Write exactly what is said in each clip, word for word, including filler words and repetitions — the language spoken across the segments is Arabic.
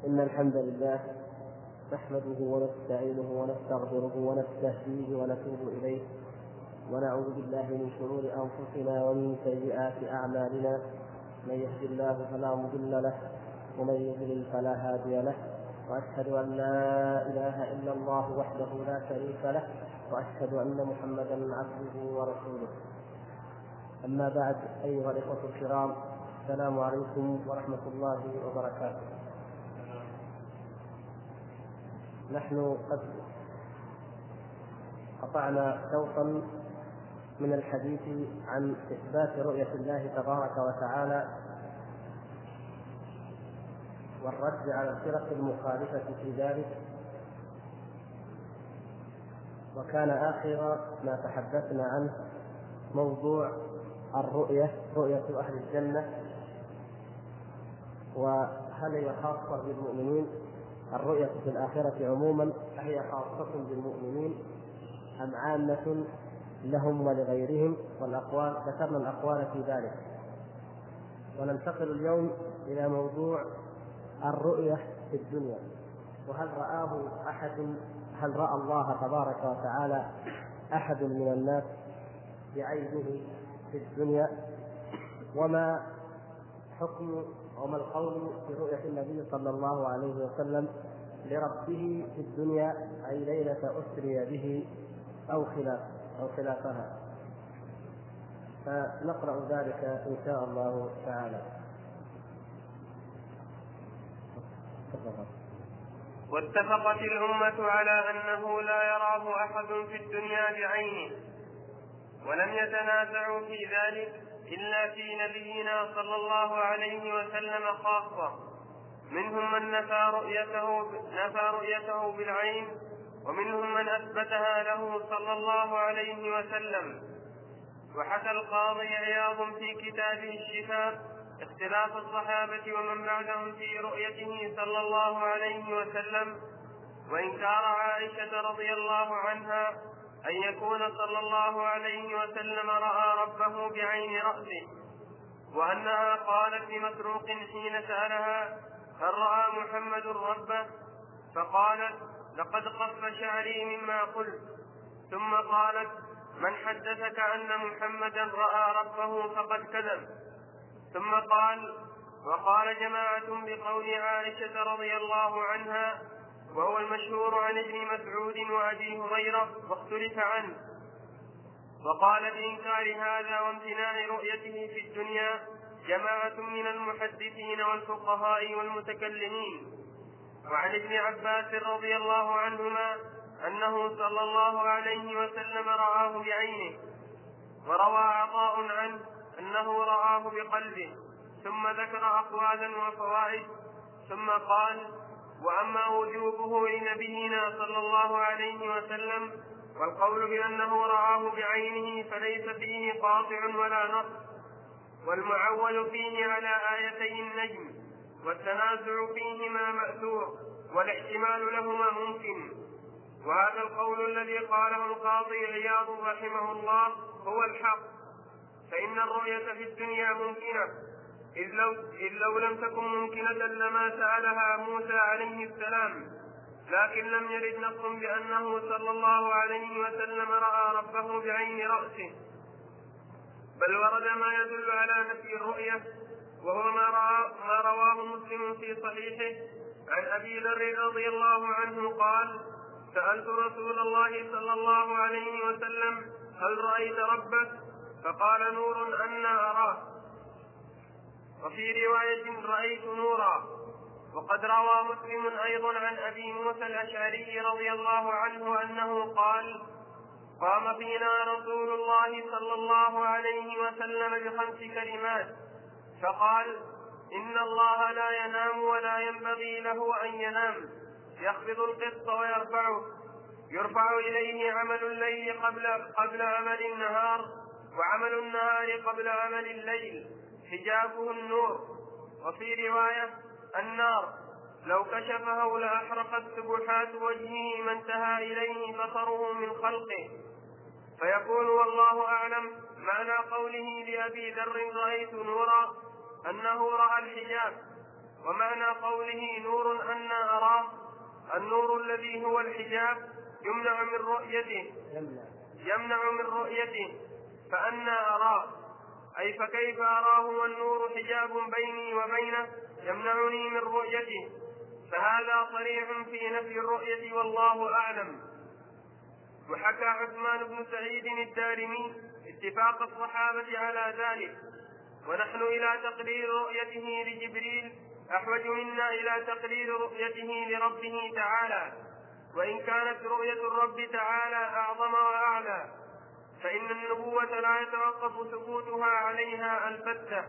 إن الحمد لله نحمده ونستعينه ونستغفره ونستهديه ونتوب إليه ونعوذ بالله من شرور أنفسنا ومن سيئات أعمالنا. من يهد الله فلا مضل له ومن يضلل فلا هادي له، وأشهد أن لا إله إلا الله وحده لا شريك له، وأشهد أن محمدا عبده ورسوله. أما بعد، أيها الإخوة الكرام، السلام عليكم ورحمة الله وبركاته. نحن قد قطعنا شوطا من الحديث عن إثبات رؤية الله تبارك وتعالى والرد على الفرق المخالفة في ذلك، وكان آخر ما تحدثنا عنه موضوع الرؤية، رؤية أهل الجنة، وهل هي خاصة بالمؤمنين؟ الرؤية في الآخرة عموما هي خاصة بالمؤمنين أم عامة لهم ولغيرهم؟ والأقوال ذكرنا الأقوال في ذلك. وننتقل اليوم إلى موضوع الرؤية في الدنيا، وهل رآه أحد؟ هل رأى الله تبارك وتعالى أحد من الناس بعينه في الدنيا؟ وما حكم وما القول في رؤية النبي صلى الله عليه وسلم لربه في الدنيا، أي ليلة أسري به أو خلاف أو خلافها؟ فنقرأ ذلك إن شاء الله تعالى. واتفقت الأمة على أنه لا يراه أحد في الدنيا بعينه، ولم يتنازعوا في ذلك إلا في نبينا صلى الله عليه وسلم خاصة. منهم من نفى رؤيته, نفى رؤيته بالعين، ومنهم من أثبتها له صلى الله عليه وسلم. وحكى القاضي عياض في كتابه الشفاء اختلاف الصحابة ومن بعدهم في رؤيته صلى الله عليه وسلم، وإنكار عائشة رضي الله عنها أن يكون صلى الله عليه وسلم رأى ربه بعين رأسه، وأنها قالت لمسروق حين سألها هل رأى محمد ربه؟ فقالت لقد قف شعري مما قلت. ثم قالت من حدثك أن محمدا رأى ربه فقد كذب. ثم قال وقال جماعة بقول عائشة رضي الله عنها، وهو المشهور عن ابن مسعود وأبي هريرة واختلف عنه. وقال بإنكار هذا وامتناع رؤيته في الدنيا جماعة من المحدثين والفقهاء والمتكلمين. وعن ابن عباس رضي الله عنهما أنه صلى الله عليه وسلم رآه بعينه. وروى عطاء عنه أنه رآه بقلبه، ثم ذكر أقوالا وفوائد، ثم قال وأما وجوبه لنبينا صلى الله عليه وسلم والقول بأنه رآه بعينه فليس فيه قاطع ولا نص، والمعول فيه على آيتي النجم، والتنازع فيهما مأثور، والاحتمال لهما ممكن. وهذا القول الذي قاله القاضي عياض رحمه الله هو الحق، فإن الرؤية في الدنيا ممكنة، إذ لو, إذ لو لم تكن ممكنة لما سألها موسى عليه السلام، لكن لم يرد نص بأنه صلى الله عليه وسلم رأى ربه بعين رأسه، بل ورد ما يدل على نفي الرؤية، وهو ما, ما رواه مسلم في صحيحه عن أبي ذر رضي الله عنه قال سألت رسول الله صلى الله عليه وسلم هل رأيت ربك؟ فقال نور أنا أراه. وفي رواية رأيت نورا. وقد روى مسلم أيضا عن أبي موسى الأشعري رضي الله عنه أنه قال قام فينا رسول الله صلى الله عليه وسلم بخمس كلمات، فقال إن الله لا ينام ولا ينبغي له أن ينام، يخفض القسط ويرفعه، يرفع إليه عمل الليل قبل, قبل عمل النهار، وعمل النهار قبل عمل الليل، حجابه النور. وفي رواية النار لو كشفه لأحرقت سبحات وجهه ما انتهى إليه بصره من خلقه. فيقول والله أعلم معنى قوله لأبي ذر رأيت نورا أنه رأى الحجاب، ومعنى قوله نور أن النور الذي هو الحجاب يمنع من رؤيته يمنع من رؤيته فأنا أراه، أي فكيف أراه والنور حجاب بيني وبينه يمنعني من رؤيته؟ فهذا صريح في نفي الرؤية والله أعلم. وحكى عثمان بن سعيد الدارمي اتفاق الصحابة على ذلك، ونحن إلى تقرير رؤيته لجبريل أحوج منا إلى تقرير رؤيته لربه تعالى، وإن كانت رؤية الرب تعالى أعظم وأعلى، فإن النبوة لا يتوقف ثبوتها عليها البتة.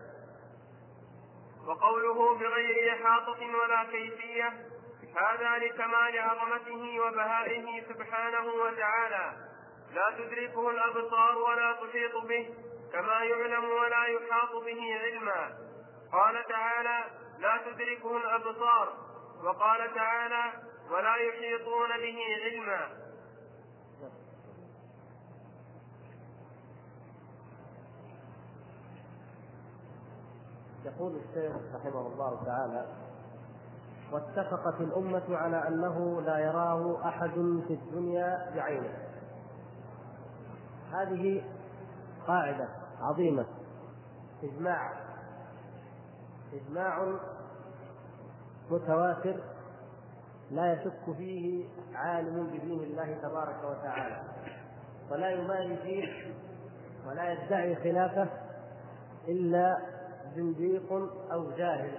وقوله بغير إحاطة ولا كيفية هذا لكمال عظمته وبهائه سبحانه وتعالى، لا تدركه الأبصار ولا تحيط به كما يعلم ولا يحاط به علما. قال تعالى لا تدركه الأبصار، وقال تعالى ولا يحيطون به علما. يقول الشيخ رحمه الله تعالى: واتفقت الأمة على أنه لا يراه أحد في الدنيا بعينه. هذه قاعدة عظيمة، إجماع إجماع متواتر لا يشك فيه عالم بدين الله تبارك وتعالى، ولا يماري فيه ولا يدعي خلافه إلا زنديق أو جاهل،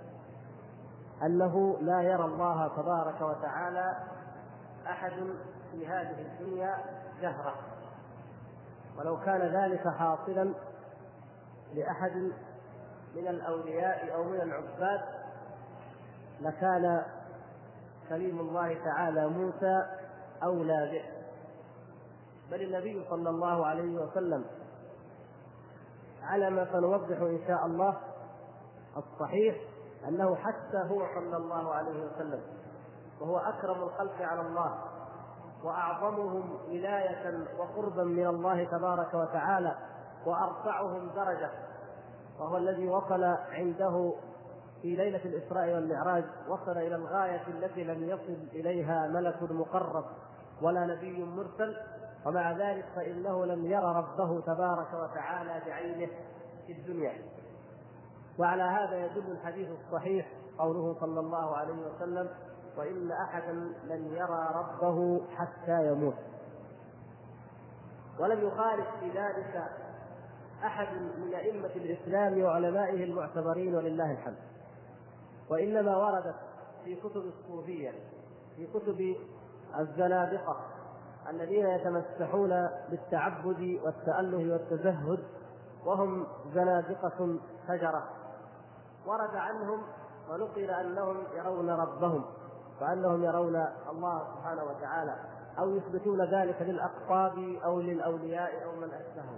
أنه لا يرى الله تبارك وتعالى أحد في هذه الدنيا جهرة. ولو كان ذلك حاصلا لأحد من الأولياء أو من العباد لكان كليم الله تعالى موسى أولى به. بل النبي صلى الله عليه وسلم على ما سنوضح إن شاء الله الصحيح أنه حتى هو صلى الله عليه وسلم وهو أكرم الخلق على الله وأعظمهم ولاية وقربا من الله تبارك وتعالى وأرفعهم درجة، وهو الذي وصل عنده في ليلة الإسراء والمعراج، وصل إلى الغاية التي لم يصل إليها ملك مقرب ولا نبي مرسل، ومع ذلك فإنه لم يرى ربه تبارك وتعالى بعينه في الدنيا. وعلى هذا يدل الحديث الصحيح قوله صلى الله عليه وسلم: وإن أحدا لن يرى ربه حتى يموت. ولم يخالف في ذلك أحد من أئمة الإسلام وعلمائه المعتبرين ولله الحمد، وإنما وردت في كتب الصوفية، في كتب الزنادقة الذين يتمسحون بالتعبد والتأله والتزهد وهم زنادقة فجرة، ورد عنهم ونقل أنهم يرون ربهم وأنهم يرون الله سبحانه وتعالى، أو يثبتون ذلك للأقطاب أو للأولياء أو من أشبههم.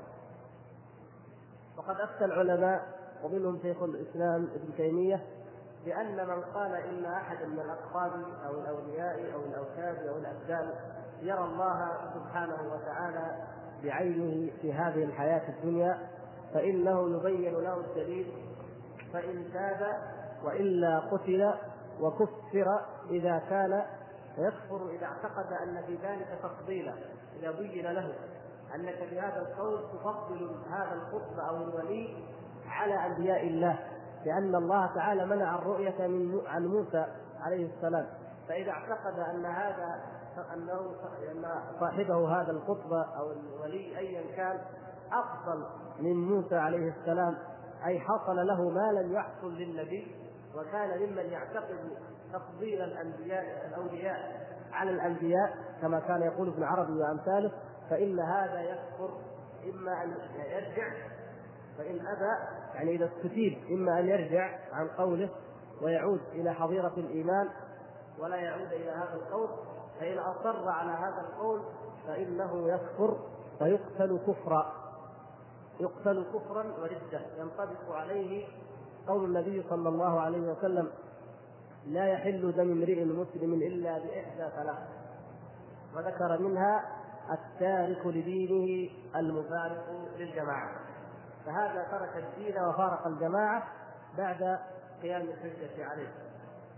وقد أفتى العلماء ومنهم شيخ الإسلام ابن تيمية بأن من قال إن أحد من الأقطاب أو الأولياء أو الأوتاد أو الأبدان يرى الله سبحانه وتعالى بعينه في هذه الحياة الدنيا فإنه يبين له الدليل، فإن تاب وإلا قتل وكفر إذا كان، ويكفر إذا اعتقد أن في ذلك تفضيلا، إذا بين له أنك بهذا القول تفضل هذا القطب أو الولي على أنبياء الله، لأن الله تعالى منع الرؤية من عن موسى عليه السلام، فإذا اعتقد أن هذا أنه أن صاحبه هذا القطب أو الولي أيا كان أفضل من موسى عليه السلام، أي حصل له ما لم يحصل للنبي، وكان ممن يعتقد تفضيل الأنبياء الأولياء على الأنبياء كما كان يقول ابن عربي وأمثاله، فإن هذا يكفر، إما أن يرجع، فإن أبى يعني إذا استتيب إما أن يرجع عن قوله ويعود إلى حظيرة الإيمان ولا يعود إلى هذا القول، فإن أصر على هذا القول فإنه يكفر فيقتل كفرا يقتل كفرا وردة. ينطبق عليه قول النبي صلى الله عليه وسلم: لا يحل دم امرئ مسلم إلا بإحدى ثلاث، وذكر منها التارك لدينه المفارق للجماعة، فهذا ترك الدين وفارق الجماعة بعد قيام الحجة عليه.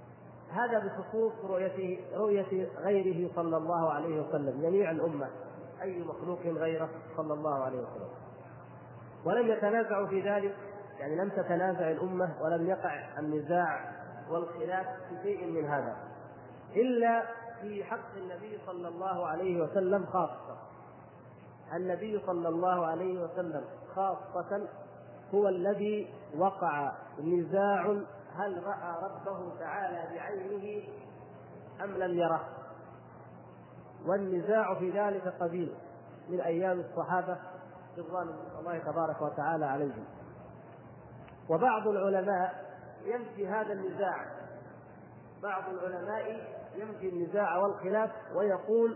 هذا بخصوص رؤيته رؤية غيره صلى الله عليه وسلم، جميع الأمة أي مخلوق غيره صلى الله عليه وسلم. ولم يتنازعوا في ذلك، يعني لم تتنازع الأمة ولم يقع النزاع والخلاف في شيء من هذا إلا في حق النبي صلى الله عليه وسلم خاصة. النبي صلى الله عليه وسلم خاصة هو الذي وقع نزاع هل رأى ربه تعالى بعينه أم لم يره، والنزاع في ذلك قديم من أيام الصحابة رضوان الله تبارك وتعالى عليهم. وبعض العلماء ينفي هذا النزاع، بعض العلماء ينفي النزاع والخلاف ويقول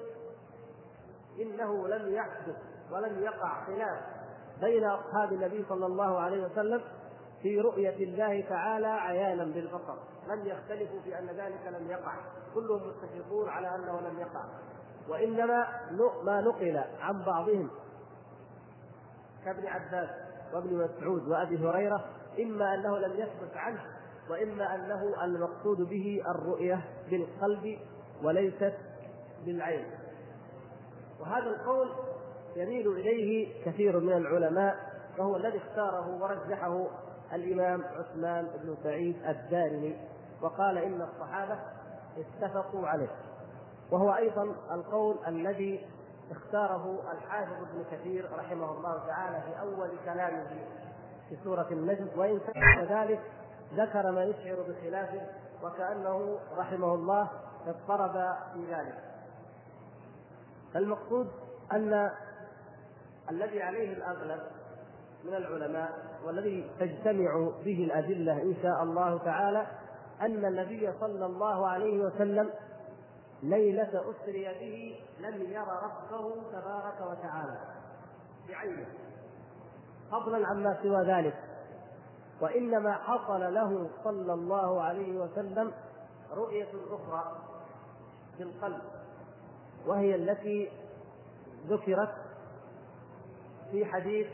إنه لم يحدث ولم يقع خلاف بين أصحاب النبي صلى الله عليه وسلم في رؤية الله تعالى عيانا بالبصر، لم يختلفوا في أن ذلك لم يقع، كلهم متفقون على أنه لم يقع. وإنما ما نقل عن بعضهم كابن عباس وابن مسعود وأبي هريرة إما أنه لم يثبت عنه، وإما أنه المقصود به الرؤية بالقلب وليست بالعين. وهذا القول يميل إليه كثير من العلماء، وهو الذي اختاره ورجحه الإمام عثمان بن سعيد الدارمي، وقال إن الصحابة اتفقوا عليه. وهو أيضا القول الذي اختاره الحافظ ابن كثير رحمه الله تعالى في أول كلامه في سورة النجم، وإن كان كذلك ذكر ما يشعر بخلافه وكأنه رحمه الله اضطرب في ذلك. المقصود أن الذي عليه الأغلب من العلماء والذي تجتمع به الأدلة إن شاء الله تعالى أن النبي صلى الله عليه وسلم ليلة أسري به لم ير ربه تبارك وتعالى بعينه فضلا عما سوى ذلك، وإنما حصل له صلى الله عليه وسلم رؤية أخرى بالقلب، وهي التي ذكرت في حديث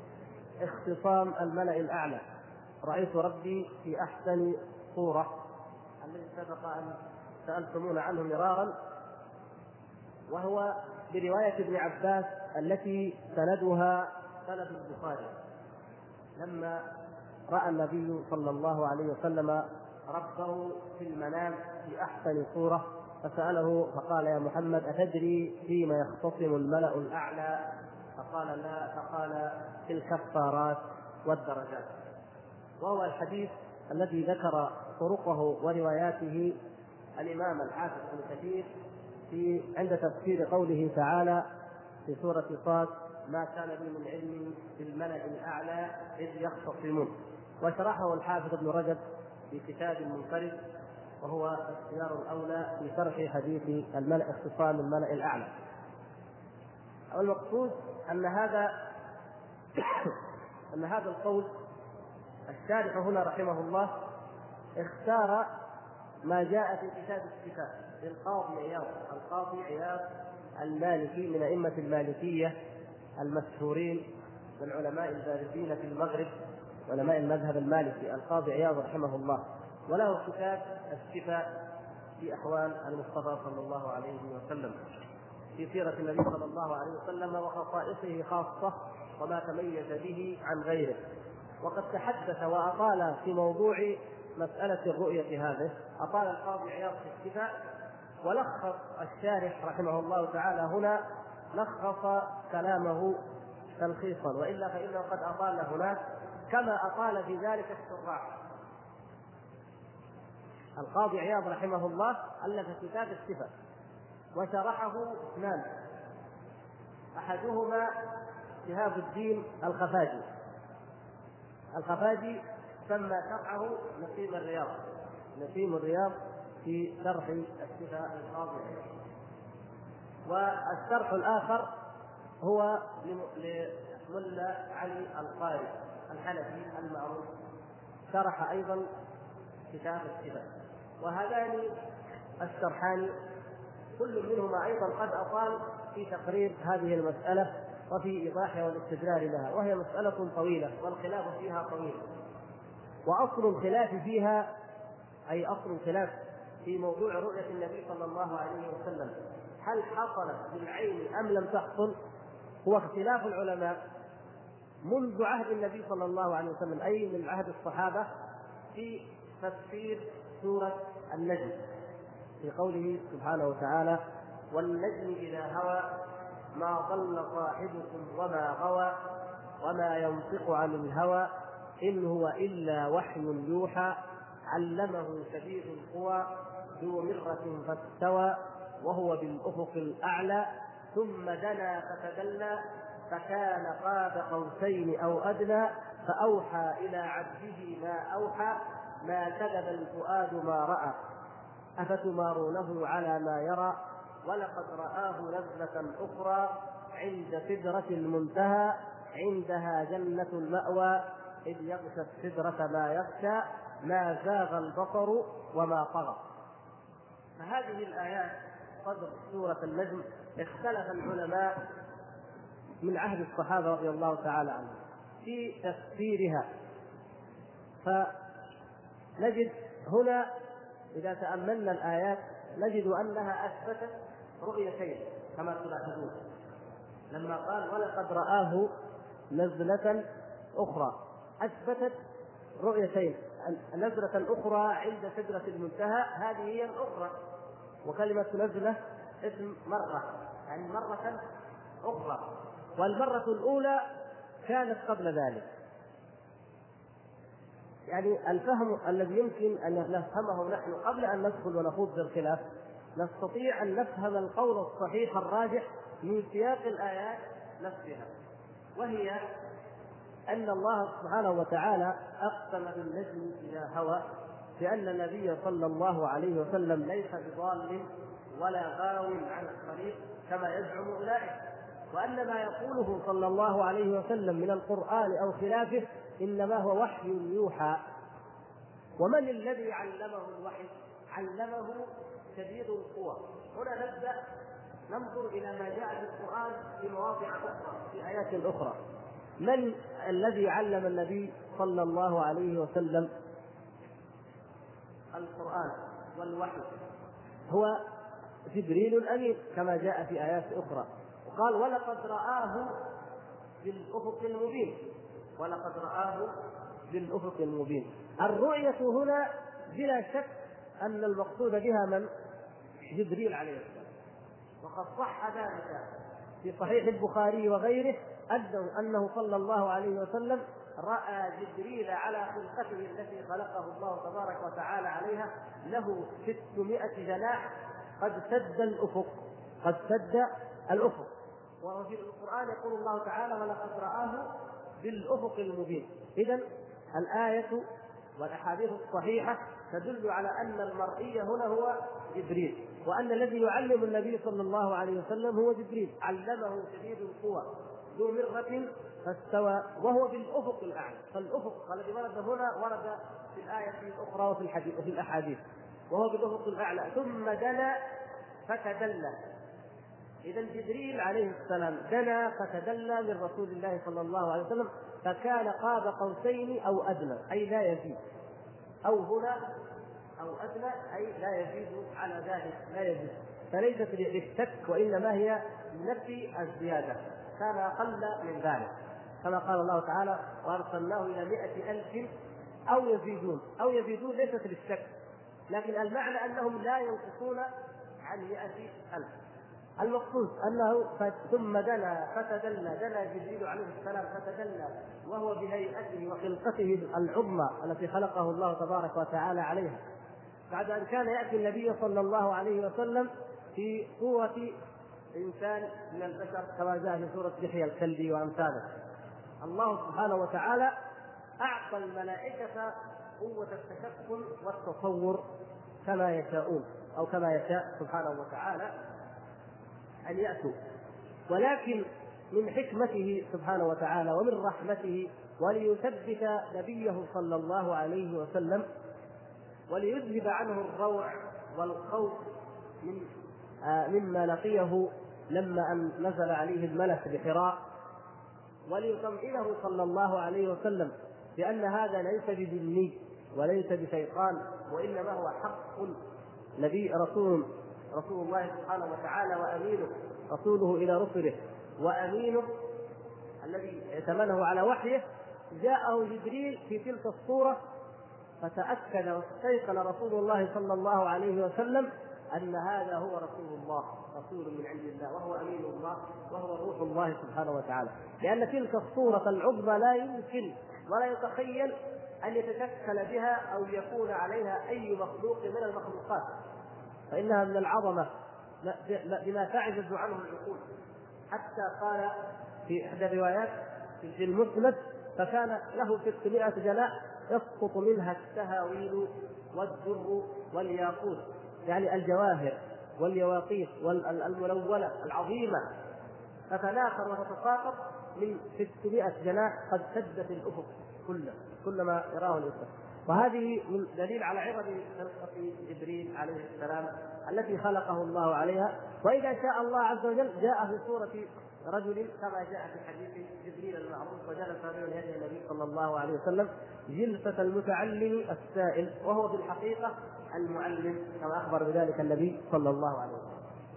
اختصام الملأ الأعلى: رأيت ربي في أحسن صورة، الذي سبق أن سألتمون عنه مرارا، وهو برواية ابن عباس التي سندها سند البخاري، لما رأى النبي صلى الله عليه وسلم ربه في المنام في أحسن صورة فسأله فقال: يا محمد أتدري فيما يختصم الملأ الأعلى؟ فقال: لا. فقال: في الكفارات والدرجات. وهو الحديث الذي ذكر طرقه ورواياته الإمام الحافظ ابن كثير في عند تفسير قوله تعالى في سورة صاد: ما كان لي من علم بالملأ الأعلى إذ يختصمون. وشرحه الحافظ ابن رجب في كتاب منفرد، وهو اختيار الأولى في شرح حديث الملأ اختصام الملأ الأعلى. والمقصود أن هذا أن هذا القول الشارح هنا رحمه الله اختار ما جاء في كتاب الشفاء للقاضي عياض، القاضي عياض المالكي من أئمة المالكية المشهورين من علماء البارزين في المغرب، علماء المذهب المالكي، القاضي عياض رحمه الله، وله كتاب الشفاء في أحوال المصطفى صلى الله عليه وسلم في سيرة النبي صلى الله عليه وسلم وخصائصه خاصة وما تميز به عن غيره. وقد تحدث وأطال في موضوع مسألة الرؤية هذه، أطال القاضي عياض في الشفاء، ولخص الشارح رحمه الله تعالى هنا لخص كلامه تلخيصا، وإلا فإنه قد أطال هناك كما أطال في ذلك الشراح. القاضي عياض رحمه الله ألف كتاب الشفاء وشرحه اثنان، أحدهما شهاب الدين الخفاجي، الخفاجي سمى شرحه نسيم الرياض، نسيم الرياض في شرح الشفاء القاضي عياض. والشرح الآخر هو لملا علي القاري الحنفي المعروف، شرح أيضا كتاب الشفاء. وهذان الشرحان كل منهما أيضا قد أطال في تقرير هذه المسألة وفي إيضاحها والاستدلال لها، وهي مسألة طويلة والخلاف فيها طويل. وأصل الخلاف فيها أي أصل الخلاف في موضوع رؤية النبي صلى الله عليه وسلم هل حصلت بالعين أم لم تحصل هو اختلاف العلماء منذ عهد النبي صلى الله عليه وسلم، أي من عهد الصحابة، في تفسير سورة النجم في قوله سبحانه وتعالى: والنجم إذا هوى ما ضل صاحبكم وما غوى وما ينطق عن الهوى إن هو إلا وحي يوحى علمه شديد القوى ذو مرة فاستوى وهو بالأفق الأعلى ثم دنا فتدلى فكان قاب قوسين أو أدنى فأوحى إلى عبده ما أوحى ما كذب الفؤاد ما رأى أفتمارونه على ما يرى ولقد رآه نزلة أخرى عند سدرة المنتهى عندها جنة المأوى إذ يغشى السدرة ما يغشى ما زاغ البصر وما طغى. فهذه الآيات صدر سورة النجم اختلف العلماء من عهد الصحابة رضي الله تعالى عنهم في تفسيرها. فنجد هنا إذا تأملنا الآيات نجد أنها أثبتت رؤيتين كما تلاحظون، لما قال ولقد رآه نزلة أخرى أثبتت رؤيتين، نزلة أخرى عند سدرة المنتهى هذه هي الأخرى، وكلمة نزلة اسم مرة يعني مرة أخرى، والمرة الأولى كانت قبل ذلك. يعني الفهم الذي يمكن أن نفهمه نحن قبل أن ندخل ونخوض في الخلاف نستطيع أن نفهم القول الصحيح الراجح من سياق الآيات نفسها، وهي أن الله سبحانه وتعالى أقسم بالنجم إذا هوى بأن النبي صلى الله عليه وسلم ليس بضال ولا غاو عن الطريق كما يزعم أولئك، وأن ما يقوله صلى الله عليه وسلم من القرآن أو خلافه إنما هو وحي يوحى. ومن الذي علمه الوحي؟ علمه شديد القوى. هنا نبدأ ننظر إلى ما جاء في القرآن في مواضع أخرى في آيات أخرى. من الذي علم النبي صلى الله عليه وسلم القرآن والوحي؟ هو جبريل الأمين كما جاء في آيات أخرى، وقال ولقد رآه بالأفق المبين، ولقد رآه بالأفق المبين. الرؤية هنا بلا شك أن المقصود بها من؟ جبريل عليه السلام، وقد صح ذلك في صحيح البخاري وغيره أنه, أنه صلى الله عليه وسلم رأى جبريل على خلقته التي خلقه الله تبارك وتعالى عليها له ستمائة جناح قد سد الأفق، قد سد الأفق. وفي القرآن يقول الله تعالى ولقد رآه بالأفق المبين. إذن الآية والأحاديث الصحيحة تدل على أن المرئي هنا هو جبريل، وأن الذي يعلم النبي صلى الله عليه وسلم هو جبريل علمه شديد القوى ذو مرة فاستوى وهو بالأفق الأعلى. فالأفق الذي ورد هنا ورد في الآية الأخرى وفي الحديث وفي الأحاديث، وهو بالأفق الأعلى ثم دنا فتدلى. إذا جبريل عليه السلام دنا فتدلى من رسول الله صلى الله عليه وسلم فكان قاب قوسين أو أدنى أي لا يزيد، أو هنا أو أدنى أي لا يزيد على ذلك، لا يزيد، فليست للشك وإنما هي نفي الزيادة، كان أقل من ذلك كما قال الله تعالى وأرسلناه إلى مائة ألف أو يزيدون. أو يزيدون ليست للشك، لكن المعنى أنهم لا ينقصون عن مائة ألف. المقصود أنه ثم دنا فتدلى، دنا جبريل عليه السلام فتدلى وهو بهيئته وخلقته العظمى التي خلقه الله تبارك وتعالى عليها، بعد أن كان يأتي النبي صلى الله عليه وسلم في صورة إنسان من البشر كما جاء في سورة دحية الكلبي وأمثاله. الله سبحانه وتعالى أعطى الملائكة قوة التشكل والتصور كما يشاءون أو كما يشاء سبحانه وتعالى أن يأتوا، ولكن من حكمته سبحانه وتعالى ومن رحمته وليثبت نبيه صلى الله عليه وسلم وليذهب عنه الروع والخوف من آه مما لقيه لما أن نزل عليه الملك بحراء، وليطمئنه صلى الله عليه وسلم بأن هذا ليس بجني وليس بشيطان وإنما هو حق نبي رسول رسول الله سبحانه وتعالى وأمينه، رسوله إلى رسله وأمينه الذي ائتمنه على وحيه، جاءه جبريل في تلك الصورة، فتأكد واستيقن رسول الله صلى الله عليه وسلم أن هذا هو رسول الله، رسول من عند الله، وهو أمين الله، وهو روح الله سبحانه وتعالى. لأن تلك الصورة العظمى لا يمكن ولا يتخيل أن يتشكل بها أو يكون عليها أي مخلوق من المخلوقات، فإنها من العظمة بما تعجز عنه العقول. حتى قال في إحدى الروايات في المسند: فكان له ستمائة جناح يسقط منها السهاويل والدر والياقوت، يعني الجواهر واليواقيت والملونة العظيمة، تتناثر وتتساقط من ستمائة جناح قد سدت الأفق كله كلما يراه الإنسان. وهذه من دليل على عظم خلقة جبريل عليه السلام التي خلقه الله عليها. وإذا شاء الله عز وجل جاء في صورة رجل كما جاء في حديث جبريل المعروف: وجلس بين يدي النبي صلى الله عليه وسلم جلسة المتعلم السائل، وهو في الحقيقة المعلم كما أخبر بذلك النبي صلى الله عليه وسلم.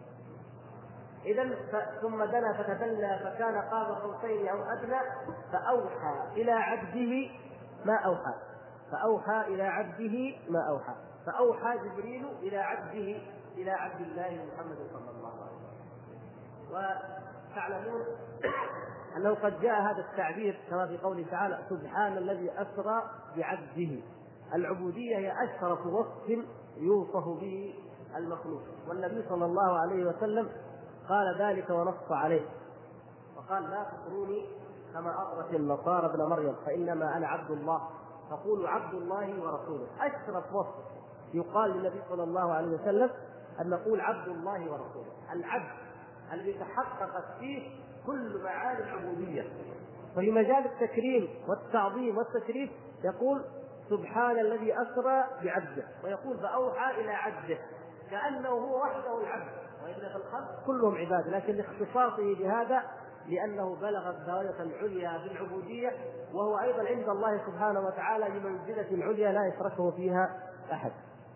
إذن ثم دنا فتدلى فكان قاب قوسين أو أدنى فأوحى إلى عبده ما أوحى فأوحى إلى عبده ما أوحى فأوحى جبريل إلى عبده إلى عبد الله محمد صلى الله عليه وسلم. وتعلمون أنه قد جاء هذا التعبير كما في قوله تعالى: سبحان الذي أسرى بعبده. العبودية هي أشرف وصف يوصف به المخلوق، والنبي صلى الله عليه وسلم قال ذلك ونص عليه وقال: لا تطروني كما أطرت النصارى ابن مريم فإنما أنا عبد الله، فقولوا عبد الله ورسوله. أشرف وصف يقال للنبي صلى الله عليه وسلم أن نقول عبد الله ورسوله، العبد الذي تحققت فيه كل معاني العبودية. وفي مجال التكريم والتعظيم والتشريف يقول: سبحان الذي أسرى بعبده، ويقول: فأوحى إلى عبده، كأنه هو وحده العبد، وإلا في الخلق كلهم عباد، لكن لاختصاصه بهذا لأنه بلغ الدرجة العليا في العبودية، وهو أيضا عند الله سبحانه وتعالى بمنزلة عليا لا يشركه فيها أحد.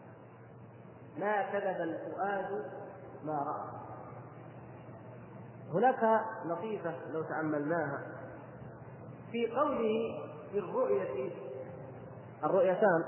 ما كذب الفؤاد ما رأى. هناك لطيفة لو تأملناها في قوله في الرؤية، الرؤيتان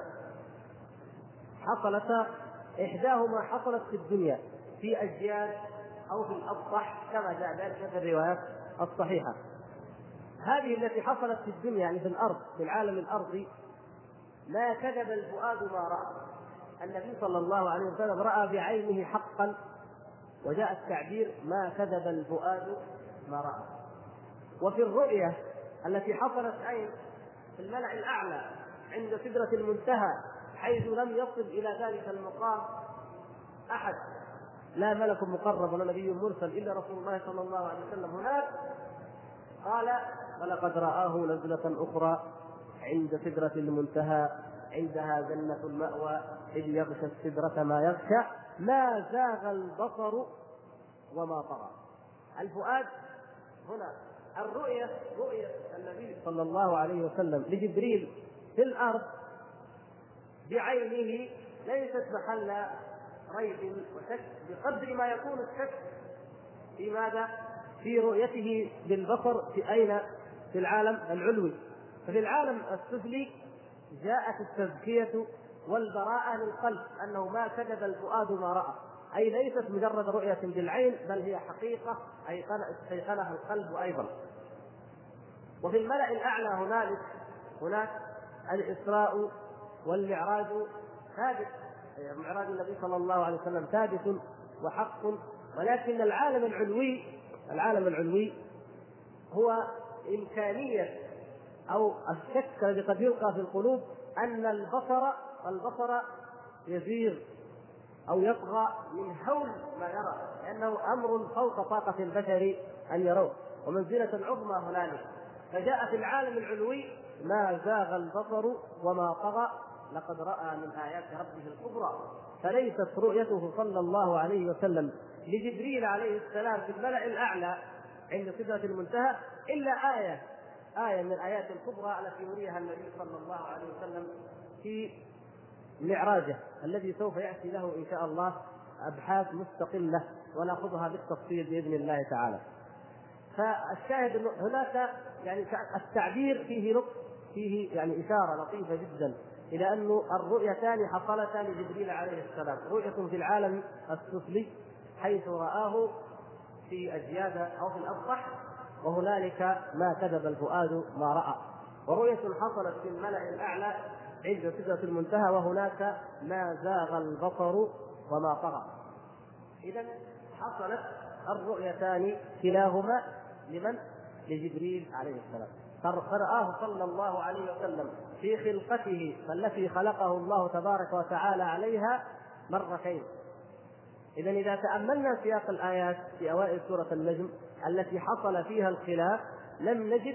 حصلتا، إحداهما حصلت في الدنيا في أجيال أو في الأبطح كما جاء ذلك في الروايات الصحيحة. هذه التي حصلت في الدنيا يعني في الأرض، في العالم الأرضي، ما كذب الفؤاد ما رأى. النبي صلى الله عليه وسلم رأى بعينه حقا، وجاء التعبير: ما كذب الفؤاد ما رأى. وفي الرؤية التي حصلت أين؟ في الملأ الأعلى عند سدرة المنتهى، حيث لم يصل إلى ذلك المقام أحد، لا ملك مقرب ولا نبي مرسل إلا رسول الله صلى الله عليه وسلم. هناك قال: ولقد رآه نزلة أخرى عند سدرة المنتهى عندها جنة المأوى إذ يغشى السدرة ما يغشى ما زاغ البصر وما طغى. الفؤاد هنا الرؤية، رؤية النبي صلى الله عليه وسلم لجبريل في الأرض بعينه ليست محل ريب وشك بقدر ما يكون الشك في ماذا؟ في رؤيته بالبصر في أين؟ في العالم العلوي. ففي العالم السفلي جاءت التزكية والبراءة للقلب، أنه ما كذب الفؤاد ما رأى، أي ليست مجرد رؤية بالعين، بل هي حقيقة استيقنها القلب أيضا. وفي الملأ الأعلى هنالك هناك الإسراء والمعراج ثابت، معراج النبي صلى الله عليه وسلم ثابت وحق، ولكن العالم العلوي العالم العلوي هو إمكانية أو الشك الذي قد يلقى في القلوب أن البصر البصر يزيغ أو يطغى من هول ما يرى، لأنه أمر فوق طاقة البشر أن يروه، ومنزلة عظمى هنالك. فجاء في العالم العلوي: ما زاغ البصر وما طغى لقد رأى من آيات ربه الكبرى. فليست رؤيته صلى الله عليه وسلم لجبريل عليه السلام في الملأ الأعلى عند سدرة المنتهى إلا آية آية من الآيات الكبرى التي يريها النبي صلى الله عليه وسلم في معراجه الذي سوف يأتي له إن شاء الله أبحاث مستقلة ونأخذها بالتفصيل بإذن الله تعالى. فالشاهد أنه هناك يعني التعبير فيه لطف، فيه يعني إشارة لطيفة جدا إلى أن الرؤيتان حصلتا لجبريل عليه السلام، رؤية في العالم السفلي حيث رآه في أجياد أو في الأبطح، وهنالك ما كذب الفؤاد ما رأى، ورؤية حصلت في الملأ الأعلى عند سدرة المنتهى، وهناك ما زاغ البصر وما طغى. إذن حصلت الرؤيتان كلاهما لمن؟ لجبريل عليه السلام، فرآه صلى الله عليه وسلم في خلقته التي خلقه الله تبارك وتعالى عليها مرتين. إذا إذا تأملنا سياق الآيات في أوائل سورة النجم التي حصل فيها الخلاف لم نجد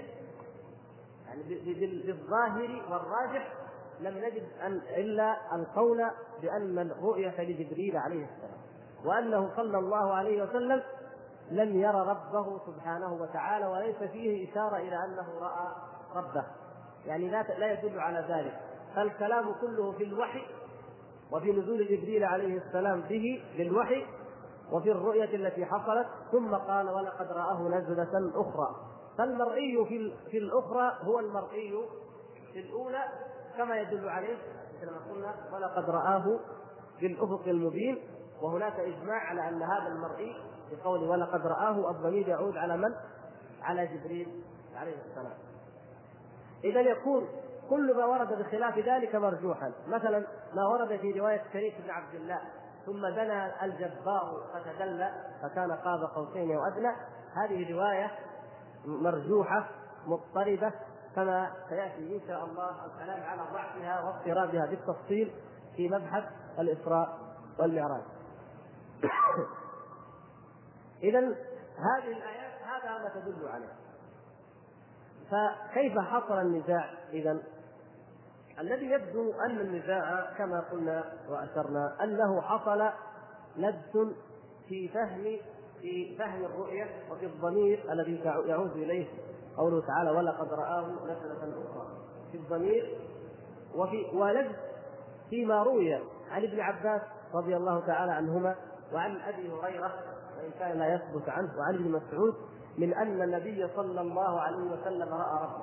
يعني بالظاهر والراجح لم نجد أن إلا القول بأن الرؤية لجبريل عليه السلام، وأنه صلى الله عليه وسلم لم يرى ربه سبحانه وتعالى، وليس فيه إشارة إلى أنه رأى ربه، يعني لا يدل على ذلك. فالكلام كله في الوحي وفي نزول جبريل عليه السلام به للوحي وفي الرؤية التي حصلت، ثم قال ولقد رآه نزلة أخرى. فالمرئي في في الأخرى هو المرئي في الأولى كما يدل عليه مثل ما قلنا ولقد رآه بالأفق المبين، وهناك إجماع على أن هذا المرئي بقول ولقد رآه الضمير يعود على من؟ على جبريل عليه السلام. إذا يكون كل ما ورد بخلاف ذلك مرجوحا، مثلا ما ورد في رواية شريك بن عبد الله ثم دنا الجبار فتدلى فكان قاب قوسين أو أدنى، هذه رواية مرجوحة مضطربة، كما سيأتي إن شاء الله الكلام على ضعفها واضطرابها بالتفصيل في مبحث الإسراء والمعراج. إذن هذه الآيات هذا ما تدل عليه. فكيف حصل النزاع؟ إذن الذي يبدو أن النزاع كما قلنا وأشرنا أنه حصل لبس في فهم في فهم الرؤية وفي الضمير الذي يعود إليه قوله تعالى ولقد رآه نزلة أخرى في الضمير، وفي ولبس فيما روي عن ابن عباس رضي الله تعالى عنهما وعن أبي هريرة وإن كان لا يثبت عنه وعن ابن مسعود من أن النبي صلى الله عليه وسلم رأى ربه،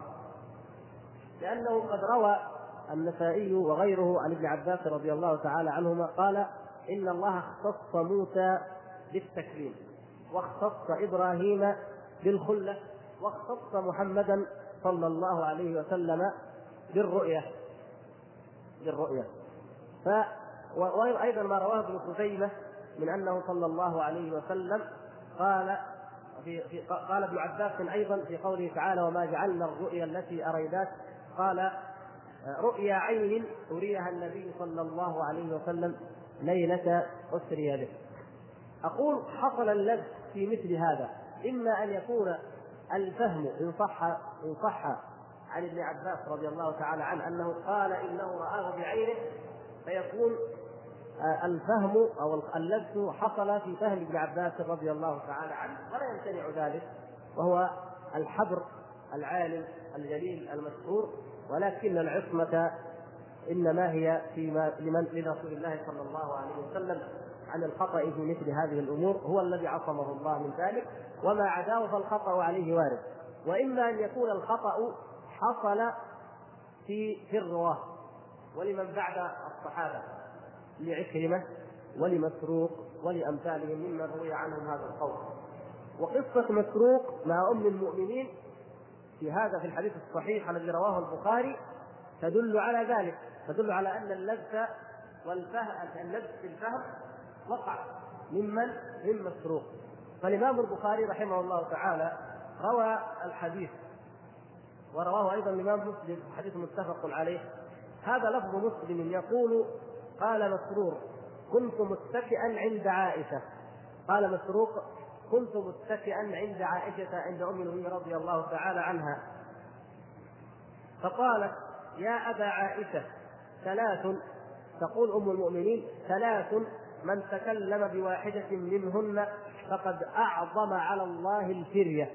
لأنه قد روى النسائي وغيره عن ابن عباس رضي الله تعالى عنهما قال إن الله اختص موسى بالتكليم واختص إبراهيم بالخلة واختص محمدا صلى الله عليه وسلم بالرؤية بالرؤية ف وأيضا ما رواه ابن خزيمة من أنه صلى الله عليه وسلم قال في في قال ابن عباس أيضا في قوله تعالى وما جعلنا الرؤيا التي أريناك قال رؤيا عين أريها النبي صلى الله عليه وسلم ليلة أسري به. أقول حصل اللبس في مثل هذا، إما أن يكون الفهم إن صح إن صح عن ابن عباس رضي الله تعالى عنه أنه قال إنه رآه بعينه، فيكون الفهم أو اللبس حصل في فهم ابن عباس رضي الله تعالى عنه، ولا يمتنع ذلك، وهو الحبر العالم الجليل المشهور، ولكن العصمة إنما هي فيما لمن لرسول الله صلى الله عليه وسلم عن الخطأ في مثل هذه الأمور، هو الذي عصمه الله من ذلك، وما عداه فالخطأ عليه وارد. وإما أن يكون الخطأ حصل في في الرواه ولمن بعد الصحابة لعكرمة ولمسروق ولأمثالهم ممن روي عنهم هذا القول. وقصة مسروق مع أم المؤمنين في هذا في الحديث الصحيح الذي رواه البخاري تدل على ذلك، تدل على أن اللبس والفهم اللبس في الفهم وقع ممن من مسروق. فالإمام البخاري رحمه الله تعالى روى الحديث ورواه أيضا الإمام مسلم حديث متفق عليه، هذا لفظ مسلم يقول قال مسروق كنت متكئا عند عائشة، قال مسروق كنت متكئا عند عائشة عند أم المؤمنين رضي الله تعالى عنها، فقالت يا أبا عائشة ثلاث، تقول أم المؤمنين ثلاث من تكلم بواحدة منهن فقد أعظم على الله الفرية.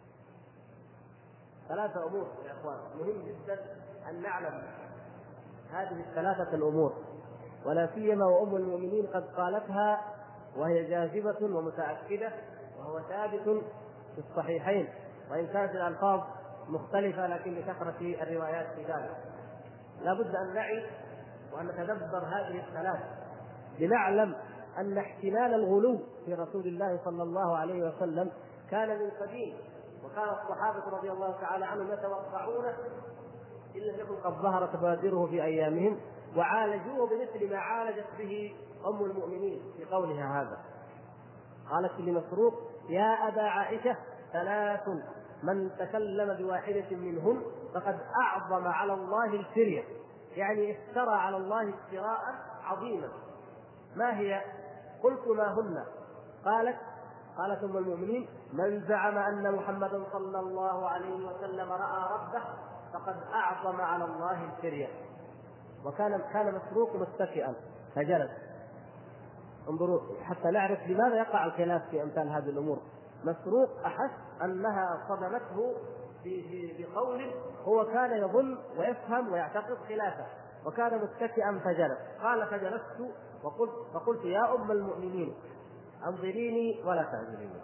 ثلاثة أمور يا إخوان مهم جدا أن نعلم هذه الثلاثة الأمور، ولا سيما وأم المؤمنين قد قالتها وهي جاذبة ومتأكدة، وهو ثابت في الصحيحين، وإن كانت الألفاظ مختلفة لكن لكثرة الروايات في ذلك. لا بد أن نعي وأن نتدبر هذه الثلاث لنعلم أن احتمال الغلو في رسول الله صلى الله عليه وسلم كان من قديم، وكان الصحابة رضي الله تعالى عنهم يتوقعونه إن لم يكن قد ظهرت بوادره في أيامهم، وعالجوه بمثل ما عالجت به أم المؤمنين في قولها هذا. قالت لمسروق: يا أبا عائشة ثلاث من تكلم بواحدة منهن فقد أعظم على الله الفرية، يعني افترى على الله افتراء عظيما. ما هي؟ قلت: ما هن؟ قالت قالت أم المؤمنين: من زعم أن محمدا صلى الله عليه وسلم رأى ربه فقد أعظم على الله الفرية. وكان كان مسروق متكئا فجلس. انظروا حتى نعرف لماذا يقع الخلاف في أمثال هذه الأمور. مسروق أحس أنها صدمته بقول هو كان يظن ويفهم ويعتقد خلافه، وكان متكئا فجلس. قال: فجلست وقلت فقلت: يا أم المؤمنين أنظريني ولا تعجليني،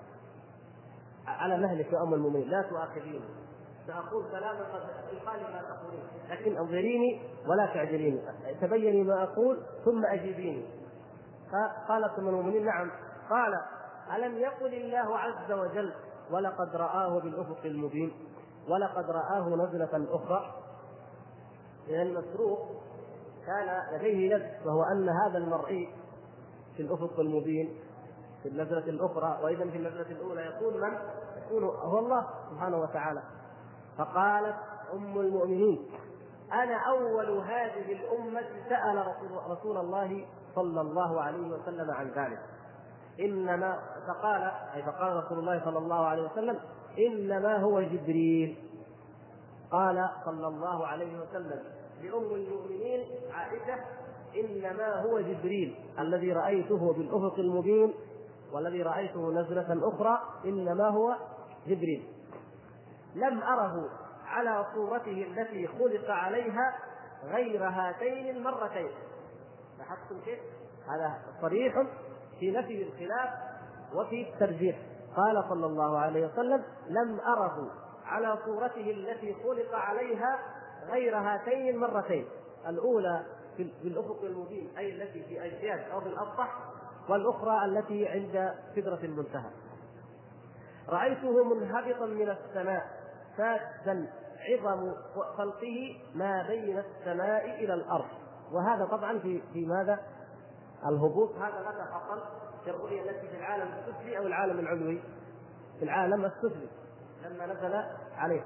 على مهلك يا أم المؤمنين، لا تؤاخذيني، سأقول كلاما قد يقال ما تقولين، لكن أنظريني ولا تعجليني، تبيني ما أقول ثم أجيبيني. قالت أم المؤمنين: نعم. قال: ألم يقل الله عز وجل: ولقد رآه بالأفق المبين، ولقد رآه نزلة أخرى؟ لأن المسروق كان لديه لبس، وهو أن هذا المرئي في الأفق المبين في النزلة الأخرى، وإذا في النزلة الأولى يكون من؟ يكون هو الله سبحانه وتعالى. فقالت أم المؤمنين: أنا أول هذه الأمة سأل رسول, رسول الله صلى الله عليه وسلم عن ذلك. إنما فقال أي فقال رسول الله صلى الله عليه وسلم: إنما هو جبريل. قال صلى الله عليه وسلم لأم المؤمنين عائشة: إنما هو جبريل الذي رأيته بالأفق المبين، والذي رأيته نزلة أخرى إنما هو جبريل، لم أره على صورته التي خلق عليها غير هاتين المرتين. لاحظتم كيف؟ هذا صريح في نفي الخلاف وفي الترجيح. قال صلى الله عليه وسلم: لم أره على صورته التي خلق عليها غير هاتين المرتين، الأولى في الأفق المبين أي التي في أجياد أو في الأسطح، والأخرى التي عند سدرة المنتهى. رأيته منهبطا من السماء سادا عظم خلقه ما بين السماء إلى الأرض. وهذا طبعا في في ماذا؟ الهبوط هذا متى حصل؟ في الرؤية التي في العالم السفلي أو العالم العلوي؟ في العالم السفلي لما نزل عليه.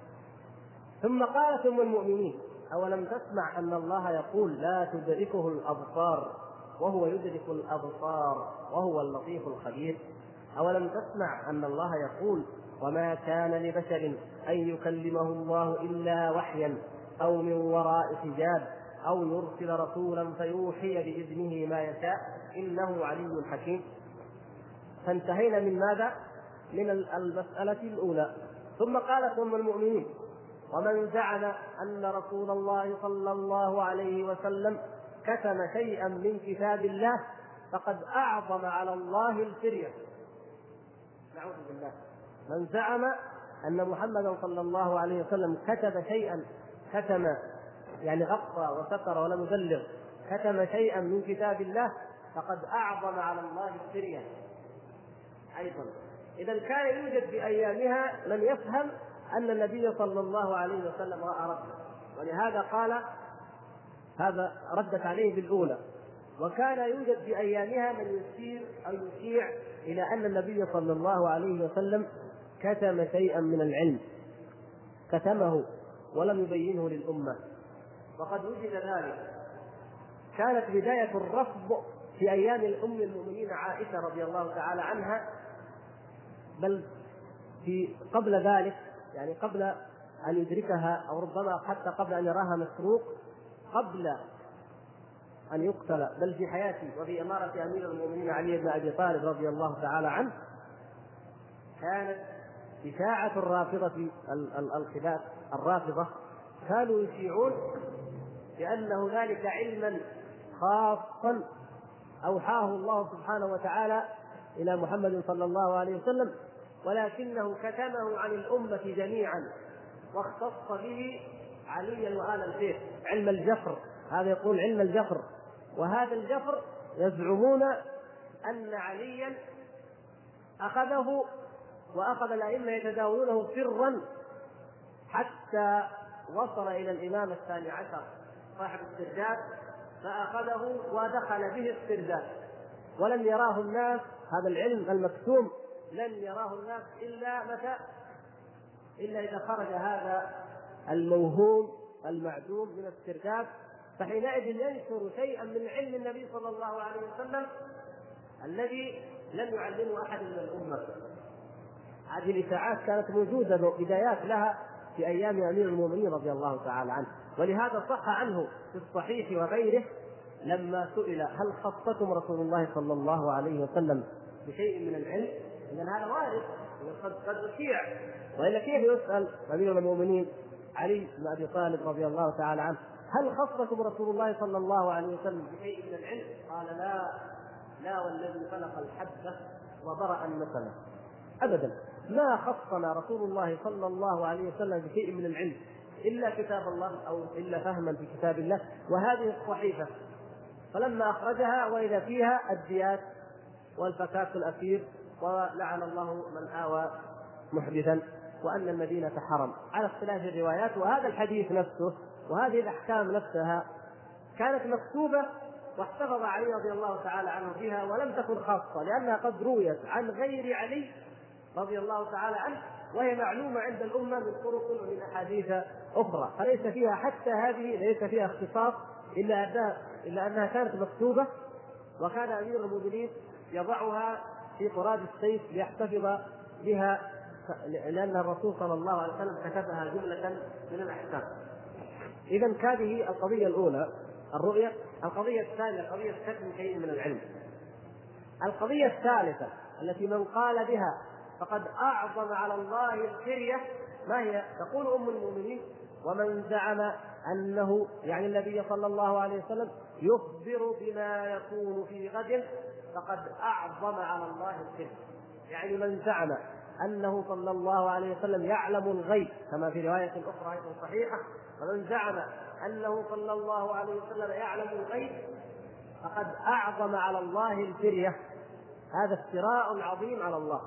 ثم قالت أم المؤمنين: أولم تسمع أن الله يقول: لا تدركه الأبصار وهو يدرك الأبصار وهو اللطيف الخبير؟ أولم تسمع أن الله يقول: وما كان لبشر أن يكلمه الله إلا وحيا أو من وراء حجاب أو يرسل رسولا فيوحي بإذنه ما يشاء إنه علي حكيم. فانتهينا من ماذا؟ من المسألة الأولى. ثم قالت أم المؤمنين: ومن زعم أن رسول الله صلى الله عليه وسلم كتم شيئا من كتاب الله فقد أعظم على الله الفرية. نعوذ بالله. من زعم أن محمدا صلى الله عليه وسلم كتب شيئا، كتم يعني غطى وستر ولم يبلغ، كتم شيئا من كتاب الله فقد أعظم على الله الفرية أيضا. إذا كان يوجد في أيامها من يفهم أن النبي صلى الله عليه وسلم رأى ربه، ولهذا قال هذا ردت عليه بالأولى. وكان يوجد في أيامها من يشير أو يشيع إلى أن النبي صلى الله عليه وسلم كتم شيئا من العلم، كتمه ولم يبينه للأمة، وقد وجد ذلك. كانت بداية الرفض في أيام أم المؤمنين عائشة رضي الله تعالى عنها، بل في قبل ذلك، يعني قبل أن يدركها أو ربما حتى قبل أن يراها مسروق، قبل أن يقتل، بل في حياته وفي إمارة أمير المؤمنين علي بن أبي طالب رضي الله تعالى عنه، كانت إشاعة الرافضة الخباث الرافضة كانوا يشيعون لأن هنالك علما خاصا أوحاه الله سبحانه وتعالى إلى محمد صلى الله عليه وسلم، ولكنه كتمه عن الأمة جميعا، واختص به عليا وآل البيت، علم الجفر. هذا يقول علم الجفر، وهذا الجفر يزعمون أن عليا أخذه وأخذ الأئمة يتداولونه سرا حتى وصل إلى الإمام الثاني عشر صاحب السرداب، فأخذه ودخل به السرداب، ولم يراه الناس، هذا العلم المكتوم لن يراه الناس إلا متى؟ إلا إذا خرج هذا الموهوم المعدوم من السرداب، فحينئذ ينشر شيئا من علم النبي صلى الله عليه وسلم الذي لم يعلمه أحد من الأمة. هذه الإشاعات كانت موجودة بدايات لها في أيام أمير المؤمنين رضي الله تعالى عنه، ولهذا صح عنه في الصحيح وغيره لما سئل هل خصكم رسول الله صلى الله عليه وسلم بشيء من العلم؟ إذن هذا وارد قد قد أشيع، وإلا كيف يسأل أمير المؤمنين علي بن أبي طالب رضي الله تعالى عنه هل خصكم رسول الله صلى الله عليه وسلم بشيء من العلم؟ قال لا لا والذي خلق الحبة وبرأ النسمة، أبدا ما خصنا رسول الله صلى الله عليه وسلم بشيء من العلم إلا كتاب الله أو إلا فهما في كتاب الله وهذه الصحيفة. فلما أخرجها وإذا فيها الديات والفكاك الأثير ولعن الله من آوى محدثا وأن المدينة حرم، على اختلاف الروايات. وهذا الحديث نفسه وهذه الأحكام نفسها كانت مكتوبة واحتفظ علي رضي الله تعالى عنه بها، ولم تكن خاصة لأنها قد رويت عن غير علي رضي الله تعالى عنه، وهي معلومة عند الأمة من طرق ومن أحاديث أخرى، فليس فيها حتى هذه ليس فيها اختصاص إلا أنها, إلا أنها كانت مكتوبة، وكان أمير المؤمنين يضعها في قراد السيف ليحتفظ بها لأن الرسول صلى الله عليه وسلم كتبها جملة من الأحكام. إذن هذه القضية الأولى الرؤية. القضية الثانية قضية كتم شيء من العلم. القضية الثالثة التي من قال بها فقد أعظم على الله الكرية، ما هي؟ تقول أم المؤمنين ومن زعم أنه يعني النبي صلى الله عليه وسلم يخبر بما يكون في غد فقد أعظم على الله الكرية، يعني من زعم أنه صلى الله عليه وسلم يعلم الغيب كما في رواية أخرى صحيحة، ومن زعم أنه صلى الله عليه وسلم يعلم الغيب فقد أعظم على الله الكرية، هذا افتراء عظيم على الله.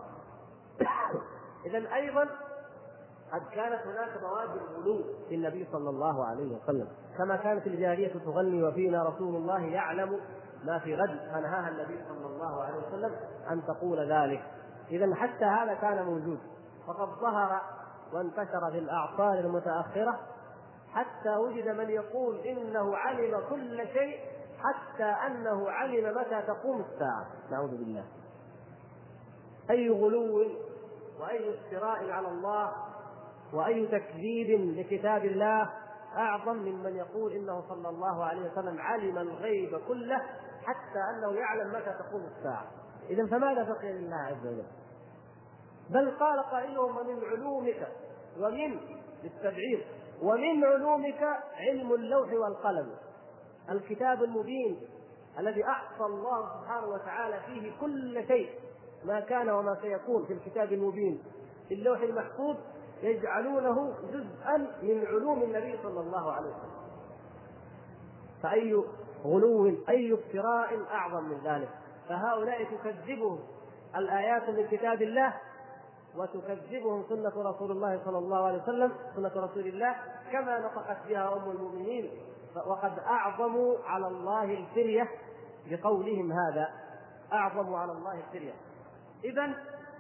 إذن أيضا قد كانت هناك مواد الغلو في النبي صلى الله عليه وسلم، كما كانت الجارية تغني وفينا رسول الله يعلم ما في غد، فنهاها النبي صلى الله عليه وسلم أن تقول ذلك. إذن حتى هذا كان موجود، فقد ظهر وانتشر في الأعصار المتأخرة حتى وجد من يقول إنه علم كل شيء حتى أنه علم متى تقوم الساعة، نعوذ بالله. أي غلو وأي افتراء على الله وأي تكذيب لكتاب الله أعظم من من يقول إنه صلى الله عليه وسلم علم الغيب كله حتى أنه يعلم متى تقوم الساعة. إذن فماذا بقي لله عز وجل؟ بل قال قائلهم ومن علومك ومن للتبعيض ومن علومك علم اللوح والقلم، الكتاب المبين الذي أحصى الله سبحانه وتعالى فيه كل شيء ما كان وما سيكون في الكتاب المبين في اللوح المحفوظ، يجعلونه جزءا من علوم النبي صلى الله عليه وسلم. فأي غلو أي افتراء أعظم من ذلك؟ فهؤلاء تكذبهم الآيات من كتاب الله وتكذبهم سنة رسول الله صلى الله عليه وسلم، سنة رسول الله كما نطقت بها أم المؤمنين، وقد أعظموا على الله الفرية بقولهم هذا، أعظموا على الله الفرية. إذن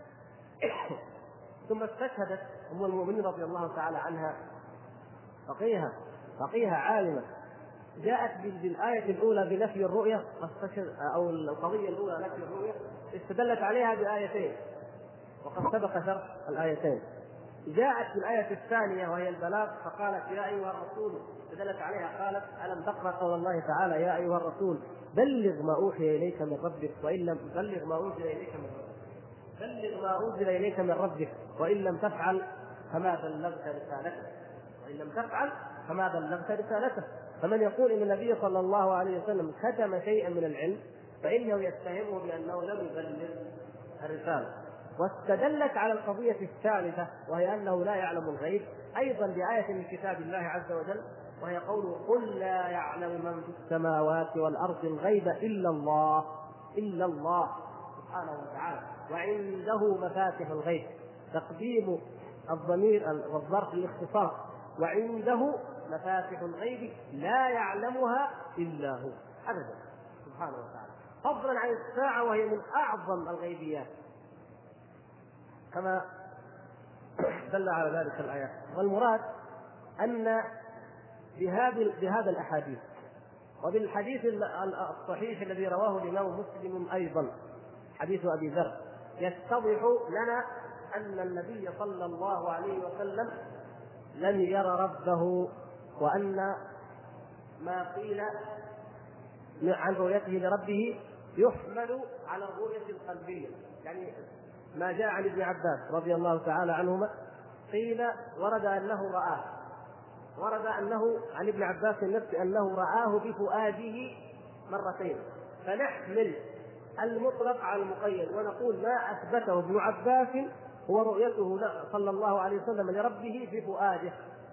ثم استشهدت أم المؤمنين رضي الله تعالى عنها فقيها فقيها عالمة، جاءت بالآية الأولى بنفي الرؤية أو القضية الأولى نفي الرؤية، استدلت عليها بآيتين وقد سبق شرح الآيتين. جاءت بالآية الثانية وهي البلاغ فقالت يا أيها الرسول، استدلت عليها قالت ألم تقرأ قول الله تعالى يا أيها الرسول بلغ ما أوحي إليك من ربك وإن لم بلغ ما أنزل إليك من ربك بلغ ما أنزل إليك من ربك وإن لم تفعل فما بلغت رسالته وإن لم تفعل فما بلغت رسالته. فمن يقول ان النبي صلى الله عليه وسلم كتم شيئا من العلم فانه يتهمه بانه لم يبلغ الرساله. واستدلت على القضيه الثالثه وهي انه لا يعلم الغيب ايضا بايه من كتاب الله عز وجل، وهي قوله قل لا يعلم من في السماوات والارض الغيب الا الله الا الله سبحانه وتعالى، وعنده مفاتح الغيب، تقديم الضمير والظرف للاختصاص، وعنده مفاتح الغيب لا يعلمها الا هو ابدا سبحانه وتعالى، فضلا عن الساعه وهي من اعظم الغيبيات كما دل على ذلك الايات. والمراد ان بهذه بهذا الاحاديث وبالحديث الصحيح الذي رواه الامام مسلم ايضا حديث ابي ذر يتضح لنا ان النبي صلى الله عليه وسلم لم ير ربه، وان ما قيل عن رؤيته لربه يحمل على الرؤيه القلبيه. يعني ما جاء عن ابن عباس رضي الله تعالى عنهما قيل ورد انه رآه، ورد انه عن ابن عباس نفسه انه رآه بفؤاده مرتين، فنحمل المطلق على المقيد ونقول ما اثبته ابن عباس هو رؤيته صلى الله عليه وسلم لربه بفؤاده.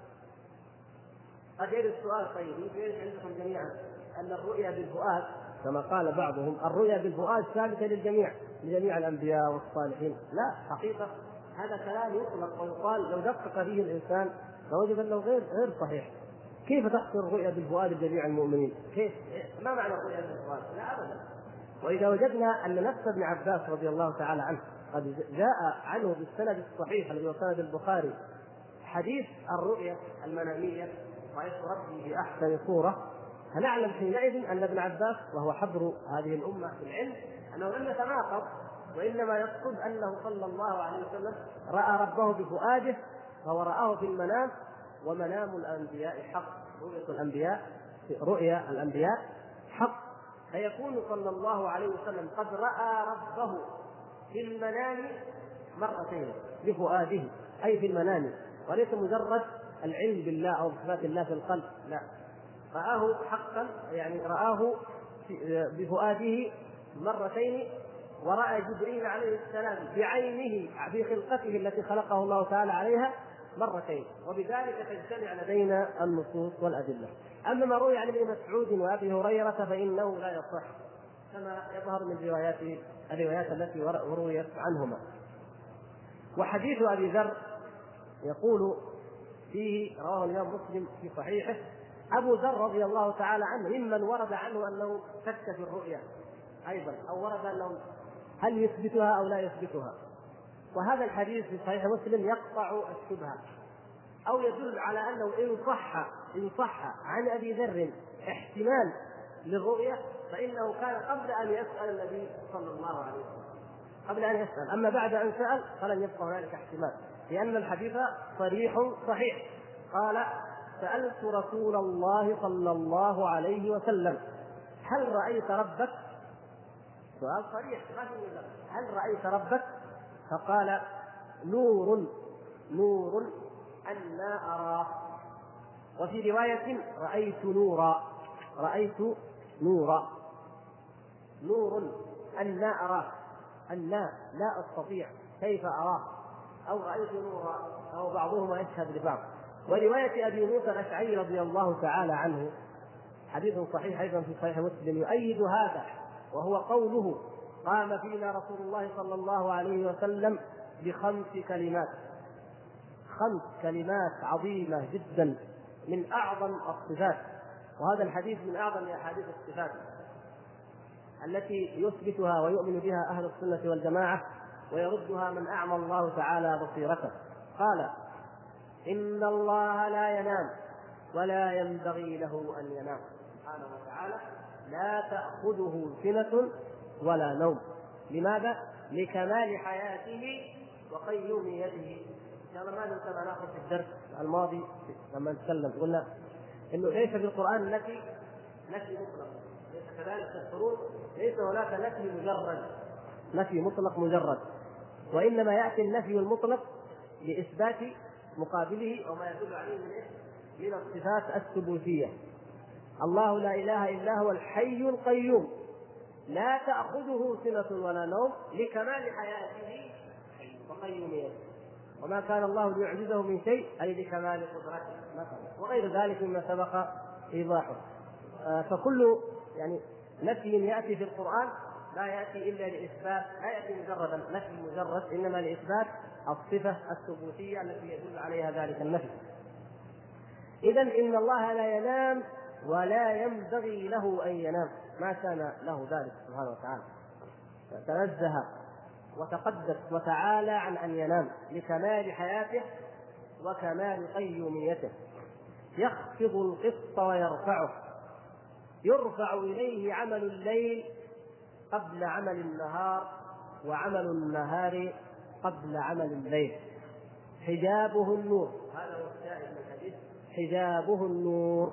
قد يرد السؤال طيب يمكن عندكم جميعا ان الرؤيا بالفؤاد كما قال بعضهم الرؤيا بالفؤاد ثابته للجميع لجميع الانبياء والصالحين. لا، حقيقه هذا كلام يطلق ويقال لو دقق فيه الانسان لوجد انه غير غير صحيح. كيف تحصل الرؤيا بالفؤاد لجميع المؤمنين؟ كيف؟ ما معنى الرؤيا بالفؤاد؟ لا ابدا. واذا وجدنا ان نفس ابن عباس رضي الله تعالى عنه قد جاء عنه بالسند الصحيح الذي هو سند البخاري حديث الرؤيا المناميه رأيت ربي في احسن صوره، فنعلم حينئذ ان ابن عباس وهو حبر هذه الامه في العلم انه لم يتناقض، وانما يقصد انه صلى الله عليه وسلم راى ربه بفؤاده فهو رآه في المنام، ومنام الانبياء حق، رؤيا الانبياء رؤيا الانبياء حق، فيكون صلى الله عليه وسلم قد رأى ربه في المنام مرتين بفؤاده اي في المنام، وليس مجرد العلم بالله او بصفات الله في القلب، لا، رآه حقا، يعني رآه بفؤاده مرتين، ورأى جبريل عليه السلام بعينه في خلقته التي خلقه الله تعالى عليها مرتين، وبذلك تجتمع لدينا النصوص والأدلة. أما ما روي عن ابن مسعود وأبي هريرة فإنه لا يصح كما يظهر من روايات الروايات التي رويت عنهما. وحديث أبي ذر يقول فيه رواه الإمام مسلم في صحيحه أبو ذر رضي الله تعالى عنه ممن ورد عنه أنه شك في الرؤيا أيضا، أو ورد أنه هل يثبتها أو لا يثبتها، وهذا الحديث في صحيح مسلم يقطع الشبهة أو يدل على أنه إن صح إن صح عن أبي ذر احتمال للرؤيا فإنه كان قبل أن يسأل النبي صلى الله عليه وسلم، قبل أن يسأل، أما بعد أن سأل فلن يبقى هنالك احتمال، لأن الحديث صريح صحيح. قال سألت رسول الله صلى الله عليه وسلم هل رأيت ربك؟ سؤال صريح ما في مجال. هل رأيت ربك؟ فقال نور نور أنا أراه. وفي رواية رأيت نورا رأيت نورا نور أنا أراه، أنا لا أستطيع كيف أراه، أو رأيت نورا، أو بعضهما يشهد لبعض. ورواية أبي موسى الأشعري رضي الله تعالى عنه حديث صحيح أيضا في صحيح مسلم يؤيد هذا، وهو قوله قام فينا رسول الله صلى الله عليه وسلم بخمس كلمات، خمس كلمات عظيمة جدا من أعظم الصفات، وهذا الحديث من أعظم أحاديث الصفات التي يثبتها ويؤمن بها أهل السنة والجماعة ويردها من أعمى الله تعالى بصيرته. قال إن الله لا ينام ولا ينبغي له أن ينام سبحانه وتعالى، لا تأخذه سنة ولا نوم. لماذا؟ لكمال حياته وقيوميته. إن شاء الله ما ننسى ما ناخذ في الدرس الماضي لما نتكلم قلنا إنه ليس في القرآن نفي نفي مطلق، ليس كذلك الشروط، ليس هناك نفي مجرد نفي مطلق مجرد، وإنما يأتي النفي المطلق لإثبات مقابله وما يدل عليه من من الصفات الثبوتية. الله لا إله إلا هو الحي القيوم لا تأخذه سنة ولا نوم لكمال حياته وقيوميته، وما كان الله ليعجزه من شيء أي لكمال قدرته مثلا، وغير ذلك مما سبق إيضاحه. فكل يعني نفي يأتي في القرآن لا يأتي إلا لإثبات، لا يأتي مجرد نفي مجرد، إنما لإثبات الصفة الثبوتية التي يدل عليها ذلك النفي. إذن إن الله لا ينام ولا ينبغي له أن ينام، ما كان له ذلك سبحانه وتعالى، تنزه وتقدس وتعالى عن أن ينام لكمال حياته وكمال قيوميته. يخفض القسط ويرفعه، يرفع إليه عمل الليل قبل عمل النهار، وعمل النهار قبل عمل الليل. حجابه النور، هذا هو الشاهد من الحديث، حجابه النور.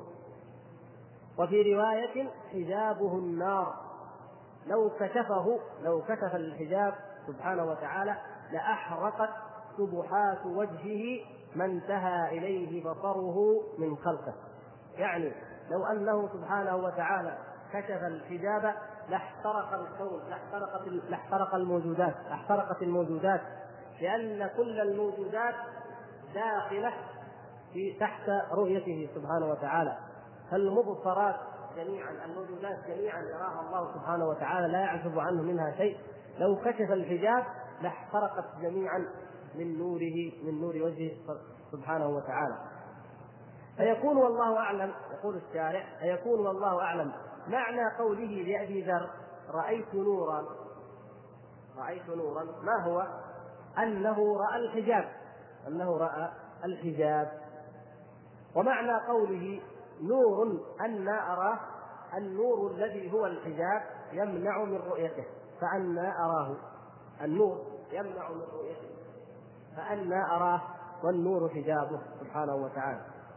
وفي رواية حجابه النار، لو كشفه لو كشف الحجاب سبحانه وتعالى لأحرقت سبحات وجهه ما انتهى إليه بصره من خلقه. يعني لو أنه سبحانه وتعالى كشف الحجاب لاحترق الكون، لاحترقت لاحترق الموجودات لاحترقت الموجودات لأن كل الموجودات داخلة في تحت رؤيته سبحانه وتعالى. فالمبصرات جميعا، الموجودات جميعا يراها الله سبحانه وتعالى لا يعزب عنه منها شيء. لو كشف الحجاب لاحترقت جميعا من نوره، من نور وجهه سبحانه وتعالى. فيكون والله أعلم، يقول الشارع فيكون والله أعلم معنى قوله لأبي ذر رأيت نورا، رأيت نورا ما هو؟ أنه رأى الحجاب، أنه رأى الحجاب. ومعنى قوله نور أن أراه، النور الذي هو الحجاب يمنع من رؤيته، فأنا أراه، النور يمنع من رؤيته فأنا أراه، والنور حجابه سبحانه وتعالى.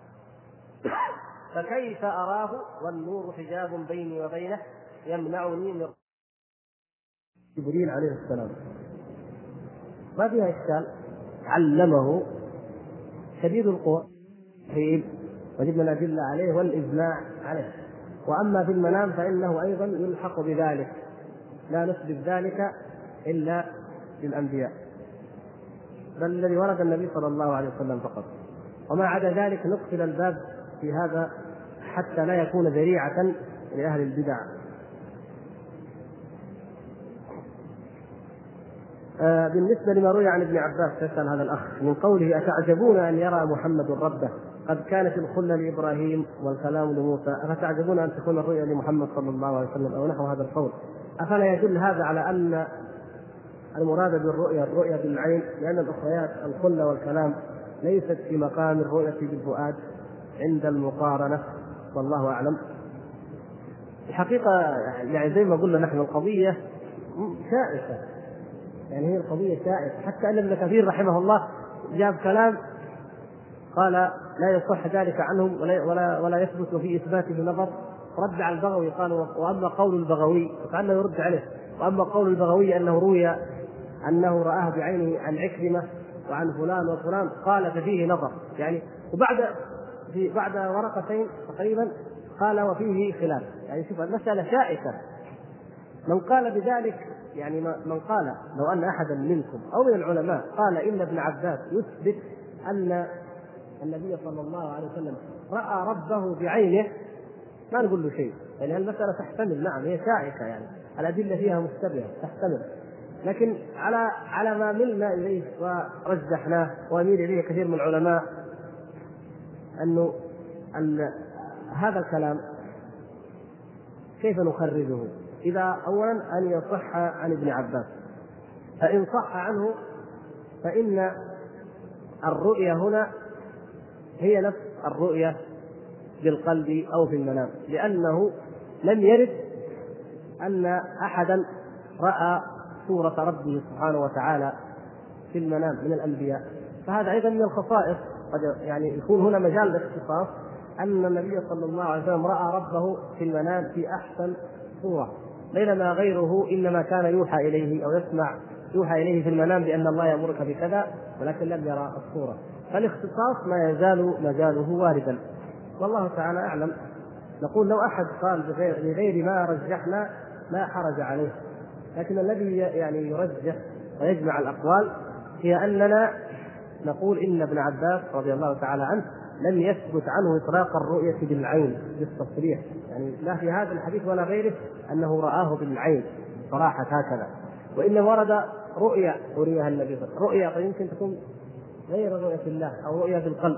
فكيف أراه والنور حجاب بيني وبينه يمنعني من جبريل عليه السلام؟ ما فيها إشكال، علمه شديد القوى وجبنا الأدلة عليه والإجماع عليه. وأما في المنام فإنه أيضا يلحق بذلك، لا نثبت ذلك إلا للأنبياء، بل الذي ورد النبي صلى الله عليه وسلم فقط. وما عدا ذلك نقفل الباب في هذا حتى لا يكون ذريعة لأهل البدع. آه بالنسبة لما روي عن ابن عباس، تسأل هذا الأخ من قوله أتعجبون أن يرى محمد ربه قد كانت الخلة لإبراهيم والكلام لموسى، أفتعجبون أن تكون الرؤيا لمحمد صلى الله عليه وسلم أو نحو هذا القول؟ أفلا يدل هذا على أن المراد بالرؤيا الرؤيا بالعين، لأن الأخريات الخلة والكلام ليست في مقام الرؤية بالفؤاد عند المقارنة، والله أعلم. الحقيقة يعني زي ما قلنا نحن القضية شائكة، يعني هي القضية شائكة، حتى أن ابن كثير رحمه الله جاب كلام قال لا يصح ذلك عنهم ولا ولا, ولا يثبت في إثباته نظر، رد على البغوي قال وأما قول البغوي، وكأنه يرد عليه، وأما قول البغوي أنه روي أنه رآه بعينه عن عكرمة وعن فلان وفلان قال ففيه نظر يعني. وبعد في بعد ورقتين تقريبا قال وفيه خلاف، يعني شوف المسألة شائكة. من قال بذلك يعني من قال لو أن أحدا منكم أو من العلماء قال إن ابن عباس يثبت أن النبي صلى الله عليه وسلم رأى ربه بعينه ما نقول له شيء، يعني المسألة تحتمل، نعم هي شائكة، يعني الأدلة فيها مشتبهة تحتمل، لكن على على ما ملنا إليه ورجحناه ويميل إليه كثير من العلماء أنه أن هذا الكلام كيف نخرجه؟ إذا أولا أن يصح عن ابن عباس، فإن صح عنه فإن الرؤية هنا هي نفس الرؤية بالقلب أو في المنام، لأنه لم يرد أن أحدا رأى صورة ربه سبحانه وتعالى في المنام من الأنبياء. فهذا أيضا من الخصائص، قد يعني يكون هنا مجال للاختصاص أن النبي صلى الله عليه وسلم رأى ربه في المنام في أحسن صورة، بينما غيره إنما كان يوحى إليه أو يسمع يوحى إليه في المنام بأن الله يأمرك بكذا ولكن لم يرى الصورة. فالاختصاص ما يزال مجاله واردا، والله تعالى أعلم. نقول لو أحد قال بغير, بغير ما رجحنا لا حرج عليه، لكن الذي يعني يرجح ويجمع الأقوال هي أننا نقول إن ابن عباس رضي الله تعالى عنه لم يثبت عنه إطلاق الرؤية بالعين بالتصريح، يعني لا في هذا الحديث ولا غيره أنه رآه بالعين صراحة هكذا، وإنما ورد رؤيا أريها النبي صلى الله عليه وسلم، رؤيا يمكن تكون غير رؤية الله أو رؤيا بالقلب.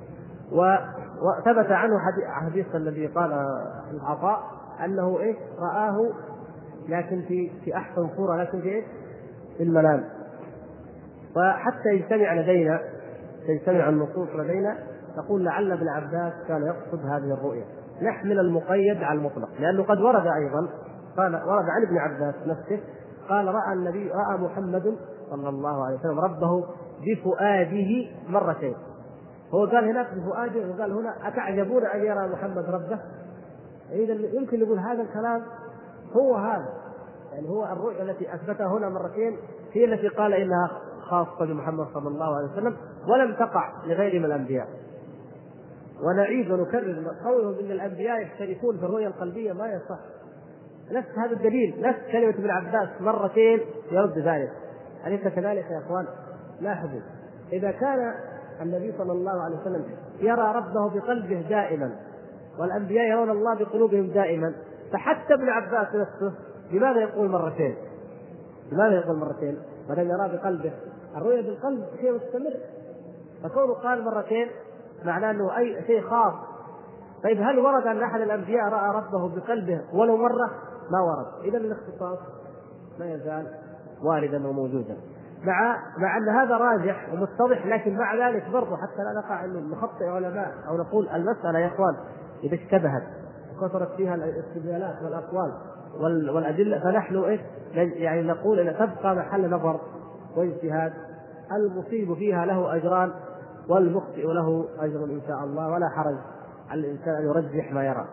وثبت عنه حديث الذي قال العطاء أنه إيه رآه لكن في في أحسن صورة، لكن في إيه في المنام. وحتى يجتمع لدينا تجتمع النصوص لدينا نقول لعل ابن عباس كان يقصد هذه الرؤيا، نحمل المقيد على المطلق، لأنه قد ورد أيضا قال ورد عن ابن عباس نفسه قال رأى النبي رأى محمد صلى الله عليه وسلم ربه بفؤاده مرتين. هو قال هناك بفؤاده وقال هنا أتعجبون أن يرى محمد ربه؟ إذا يمكن نقول هذا الكلام هو هذا، يعني هو الرؤيا التي أثبتها هنا مرتين هي التي قال إنها خاصة بمحمد صلى الله عليه وسلم ولم تقع لغير من الأنبياء. ونعيد ونكرر قوله ان الانبياء يشتركون في الرؤيا القلبيه ما يصح، نفس هذا الدليل نفس كلمه ابن عباس مرتين يرد ذلك. أليس كذلك يا اخوان؟ لاحظوا اذا كان النبي صلى الله عليه وسلم يرى ربه بقلبه دائما والانبياء يرون الله بقلوبهم دائما، فحتى ابن عباس نفسه لماذا يقول مرتين؟ لماذا يقول مرتين؟ ما دام يرى بقلبه، الرؤيا بالقلب شيء مستمر، فكونه قال مرتين معناه انه اي شيء خاص. طيب هل ورد ان احد الانبياء راى ربه بقلبه ولو مره؟ ما ورد. اذا الاختصاص ما يزال واردا وموجودا، مع مع ان هذا راجح ومتضح، لكن مع ذلك برضه حتى لا نقع انه نخطئ علماء او نقول المساله يا اخوان اذا اشتبهت وكثرت فيها الاستدلالات والاقوال والادله فنحن ايش يعني نقول ان تبقى محل نظر واجتهاد، المصيب فيها له اجران والمخطئ له أجر إن شاء الله، ولا حرج على الإنسان أن يرجح ما يرى.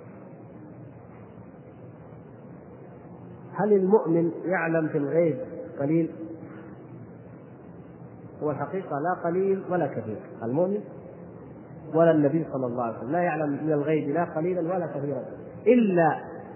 هل المؤمن يعلم في الغيب قليل؟ هو الحقيقة لا قليل ولا كثير، المؤمن ولا النبي صلى الله عليه وسلم لا يعلم من الغيب لا قليلا ولا كثيرا، إلا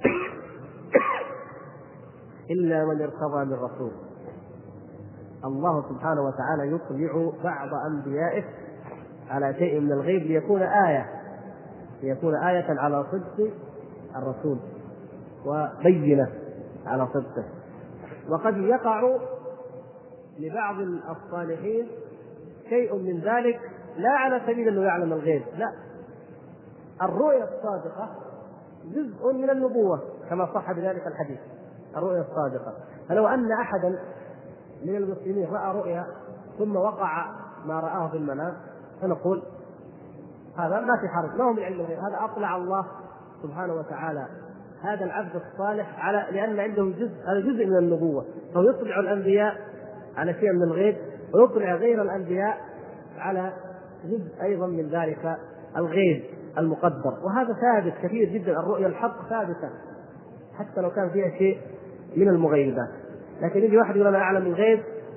إلا من ارتضى من رسول. الله سبحانه وتعالى يطلع بعض أنبيائه على شيء من الغيب ليكون آية ليكون آية على صدق الرسول وبينة على صدقه. وقد يقع لبعض الصالحين شيء من ذلك لا على سبيل أنه يعلم الغيب، لا، الرؤيا الصادقة جزء من النبوة كما صح بذلك الحديث، الرؤيا الصادقة. فلو أن أحدا من المسلمين رأى رؤيا ثم وقع ما رآه في المنام فنقول هذا ما في حرج، ما هو من علم الغيب، هذا أطلع الله سبحانه وتعالى هذا العبد الصالح على لأن عنده جزء، هذا جزء من النبوة، فهو يطلع الأنبياء على شيء من الغيب ويطلع غير الأنبياء على جزء أيضا من ذلك الغيب المقدر. وهذا ثابت كثير جدا، الرؤيا الحق ثابتة حتى لو كان فيها شيء من المغيبات. لكن يجي واحد يقول أنا أعلم الغيب،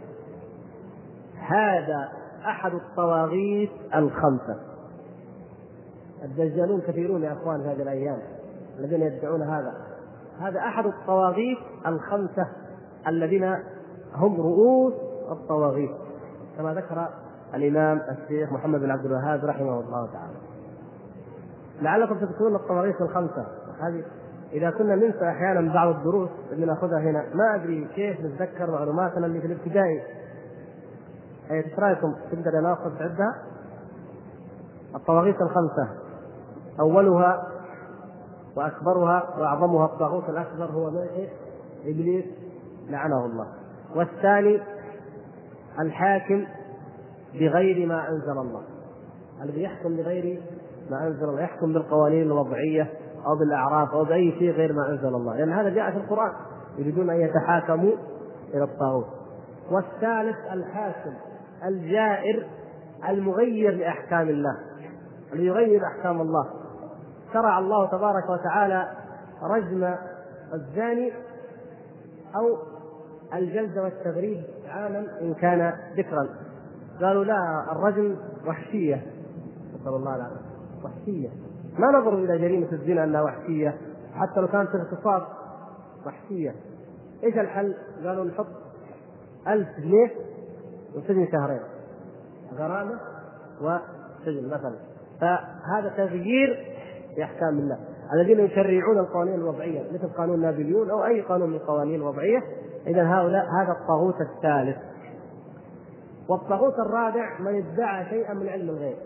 هذا أحد الطواغيت الخمسة. الدجالون كثيرون يا أخوان في هذه الأيام الذين يدعون هذا، هذا أحد الطواغيت الخمسة الذين هم رؤوس الطواغيت كما ذكر الإمام الشيخ محمد بن عبد الوهاب رحمه الله تعالى. لعلكم تذكرون الطواغيت الخمسة هذه، إذا كنا ننسى أحيانا بعض الدروس اللي نأخذها هنا ما أدري كيف نتذكر معلوماتنا اللي في الابتدائي. أي رأيكم تقدر ناخذ عدها الطواغيت الخمسة؟ أولها وأكبرها وأعظمها الطاغوت الأكبر هو إبليس لعنه الله، والثاني الحاكم بغير ما أنزل الله، الذي يحكم بغير ما أنزل الله، يحكم بالقوانين الوضعية أو بالأعراف أو بأي شيء غير ما أنزل الله، لأن هذا جاء في القرآن، يريدون أن يتحاكموا إلى الطاغوت. والثالث الحاكم الجائر المغير لأحكام الله، الذي يغير أحكام الله. شرع الله تبارك وتعالى رجم الزاني أو الجلد والتغريب عاما إن كان ذكرا، قالوا لا الرجم وحشية، نسأل الله العافية، وحشية ما نظروا إلى جريمة الزنا أنها وحشية، حتى لو كانت اغتصاب وحشية. إيش الحل؟ قالوا نحط ألف جنيه وسجن شهرين، غرامة وسجن مثلا. فهذا تغيير في أحكام الله. الذين يشرعون القوانين الوضعية مثل قانون نابليون أو أي قانون من القوانين الوضعية، إذا هؤلاء هذا الطاغوت الثالث. والطاغوت الرابع من ادعى شيئا من علم الغيب.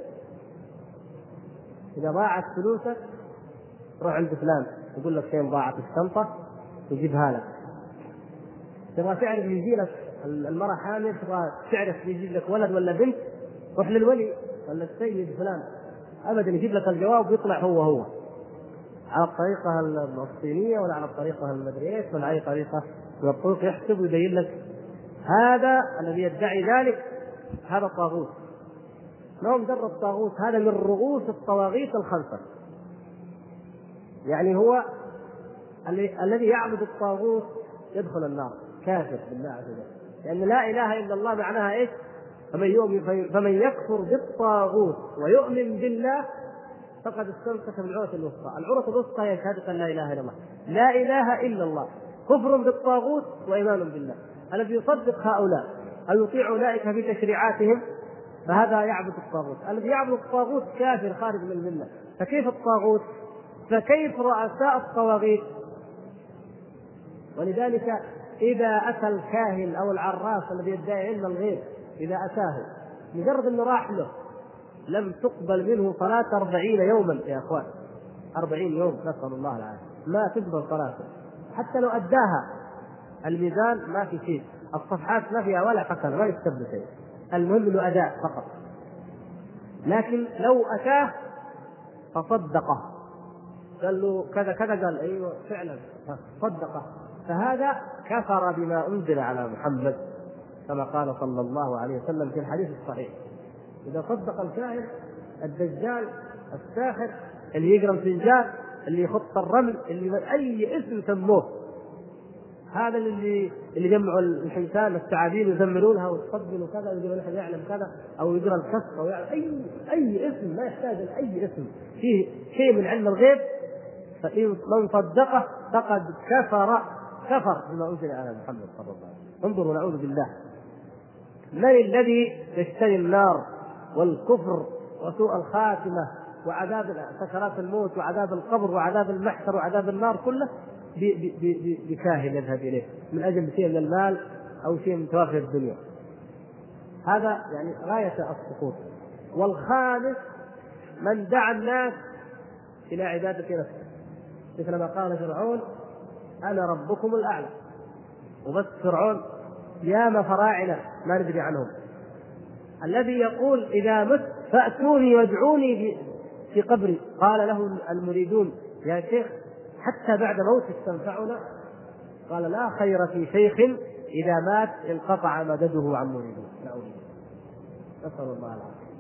إذا ضاعت فلوسك روح عند فلان يقول لك شيء ضاعت الشنطة يجيبها لك. تبغى تعرف يجي لك المرأة حامل، تبغى تعرف يجي لك ولد ولا بنت، روح للولي ولا السيد فلان. أبدا يجيب لك الجواب ويطلع هو هو على الطريقة الصينية ولا على الطريقة المدرية ولا أي طريقة من الطرق، يحسب ويبين لك. هذا الذي يدعي ذلك هذا طاغوت، ما هو مجرد طاغوت، هذا من رؤوس الطواغيت الخمسة. يعني هو الذي يعبد الطاغوت يدخل النار، كافر بالله عز وجل، لأن لا إله إلا الله معناها إيش؟ فمن يؤمن فمن يكفر بالطاغوت ويؤمن بالله فقد استمسك بالعروة الوثقى. العروة الوثقى هي شهادة أن لا إله إلا الله، لا إله إلا الله، كفر بالطاغوت وإيمان بالله. الذي يصدق هؤلاء أو يطيع أولئك في تشريعاتهم فهذا يعبد الطاغوت. الذي يعبد الطاغوت كافر خارج من الملة. فكيف الطاغوت؟ فكيف رؤساء الطواغيت؟ ولذلك إذا أتى الكاهن أو العراف الذي يدعي علم الغيب، إذا أتاه مجرد أنه راح له لم تقبل منه صلاة أربعين يوما يا أخوان، أربعين يوم نسأل الله العافية ما تقبل صلاته، حتى لو أداها. الميزان ما في شيء، الصفحات ما فيها ولا حسن، ما يكتب شيء، المهم انه اداء فقط. لكن لو اتاه فصدقه قال له كذا كذا، قال ايوه فعلا صدقه، فهذا كفر بما انزل على محمد كما قال صلى الله عليه وسلم في الحديث الصحيح. اذا صدق الكاهن الدجال الساحر اللي يقرا فنجان اللي يخط الرمل اللي اي اسم سموه، هذا اللي اللي جمعوا الحيتان الثعابين يزمرونها وتصدقوا كذا ويقولوا نحن يعلم كذا او يقرا الكف او يعلم اي اي اسم، ما يحتاج لاي اسم فيه شيء من علم الغيب، فإن من صدقه فقد كفر كفر بما انزل على محمد صلى الله عليه وسلم. انظروا نعوذ بالله، من الذي يشتري النار والكفر وسوء الخاتمه وعذاب سكرات الموت وعذاب القبر وعذاب المحشر وعذاب النار كله بكاهن يذهب إليه من أجل شيء من المال أو شيء من توافه الدنيا؟ هذا يعني غاية السقوط. والخامس من دعا الناس إلى عبادة نفسه، مثل ما قال فرعون أنا ربكم الأعلى، وبس فرعون ياما فراعنة ما ندري عنهم. الذي يقول إذا مت فأتوني وادعوني في قبري، قال له المريدون يا شيخ حتى بعد موتك تنفعنا؟ قال لا خير في شيخ إذا مات انقطع مدده عن مريده. نسأل الله العافية.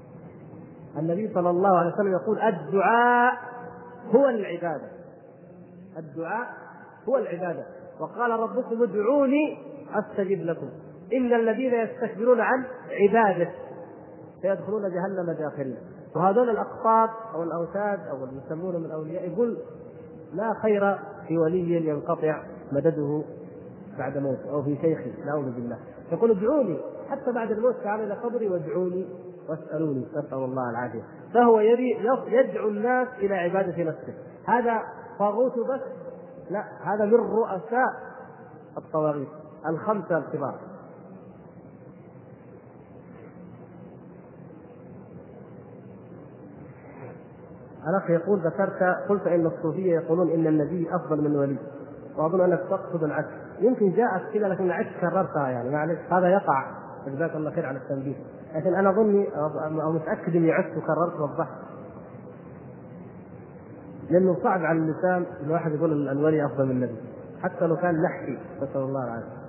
النبي صلى الله عليه وسلم يقول الدعاء هو العبادة، الدعاء هو العبادة. وقال ربكم ادعوني أستجب لكم إن الذين يستكبرون عن عبادة سيدخلون جهنم داخلين. وهذول الأقطاب أو الأوتاد أو اللي يسمونهم الأولياء يقول لا خير في ولي ينقطع مدده بعد موت أو في شيخ نعوذ بالله. يقول ادعوني حتى بعد الموت، تعالوا إلى قبري وادعوني واسألوني، نسأل الله العافية. فهو يدعو الناس إلى عبادة نفسه. هذا طاغوت بس؟ لا، هذا من رؤساء الطواغيت الخمسة الكبار. الأخ يقول ذكرت قلت إن الصوفية يقولون إن النبي أفضل من الولي، وأظن أنك تقصد العكس. يمكن جاءت كذا لكن العكس كررتها، يعني معلش هذا يقع، جزاك الله خير على التنبيه، لكن أنا ظني أو متأكد إني عدت وكررت وضحت، لأنه صعب على اللسان الواحد يقول الولي أفضل من النبي حتى لو كان نحكي، نسأل الله العافية.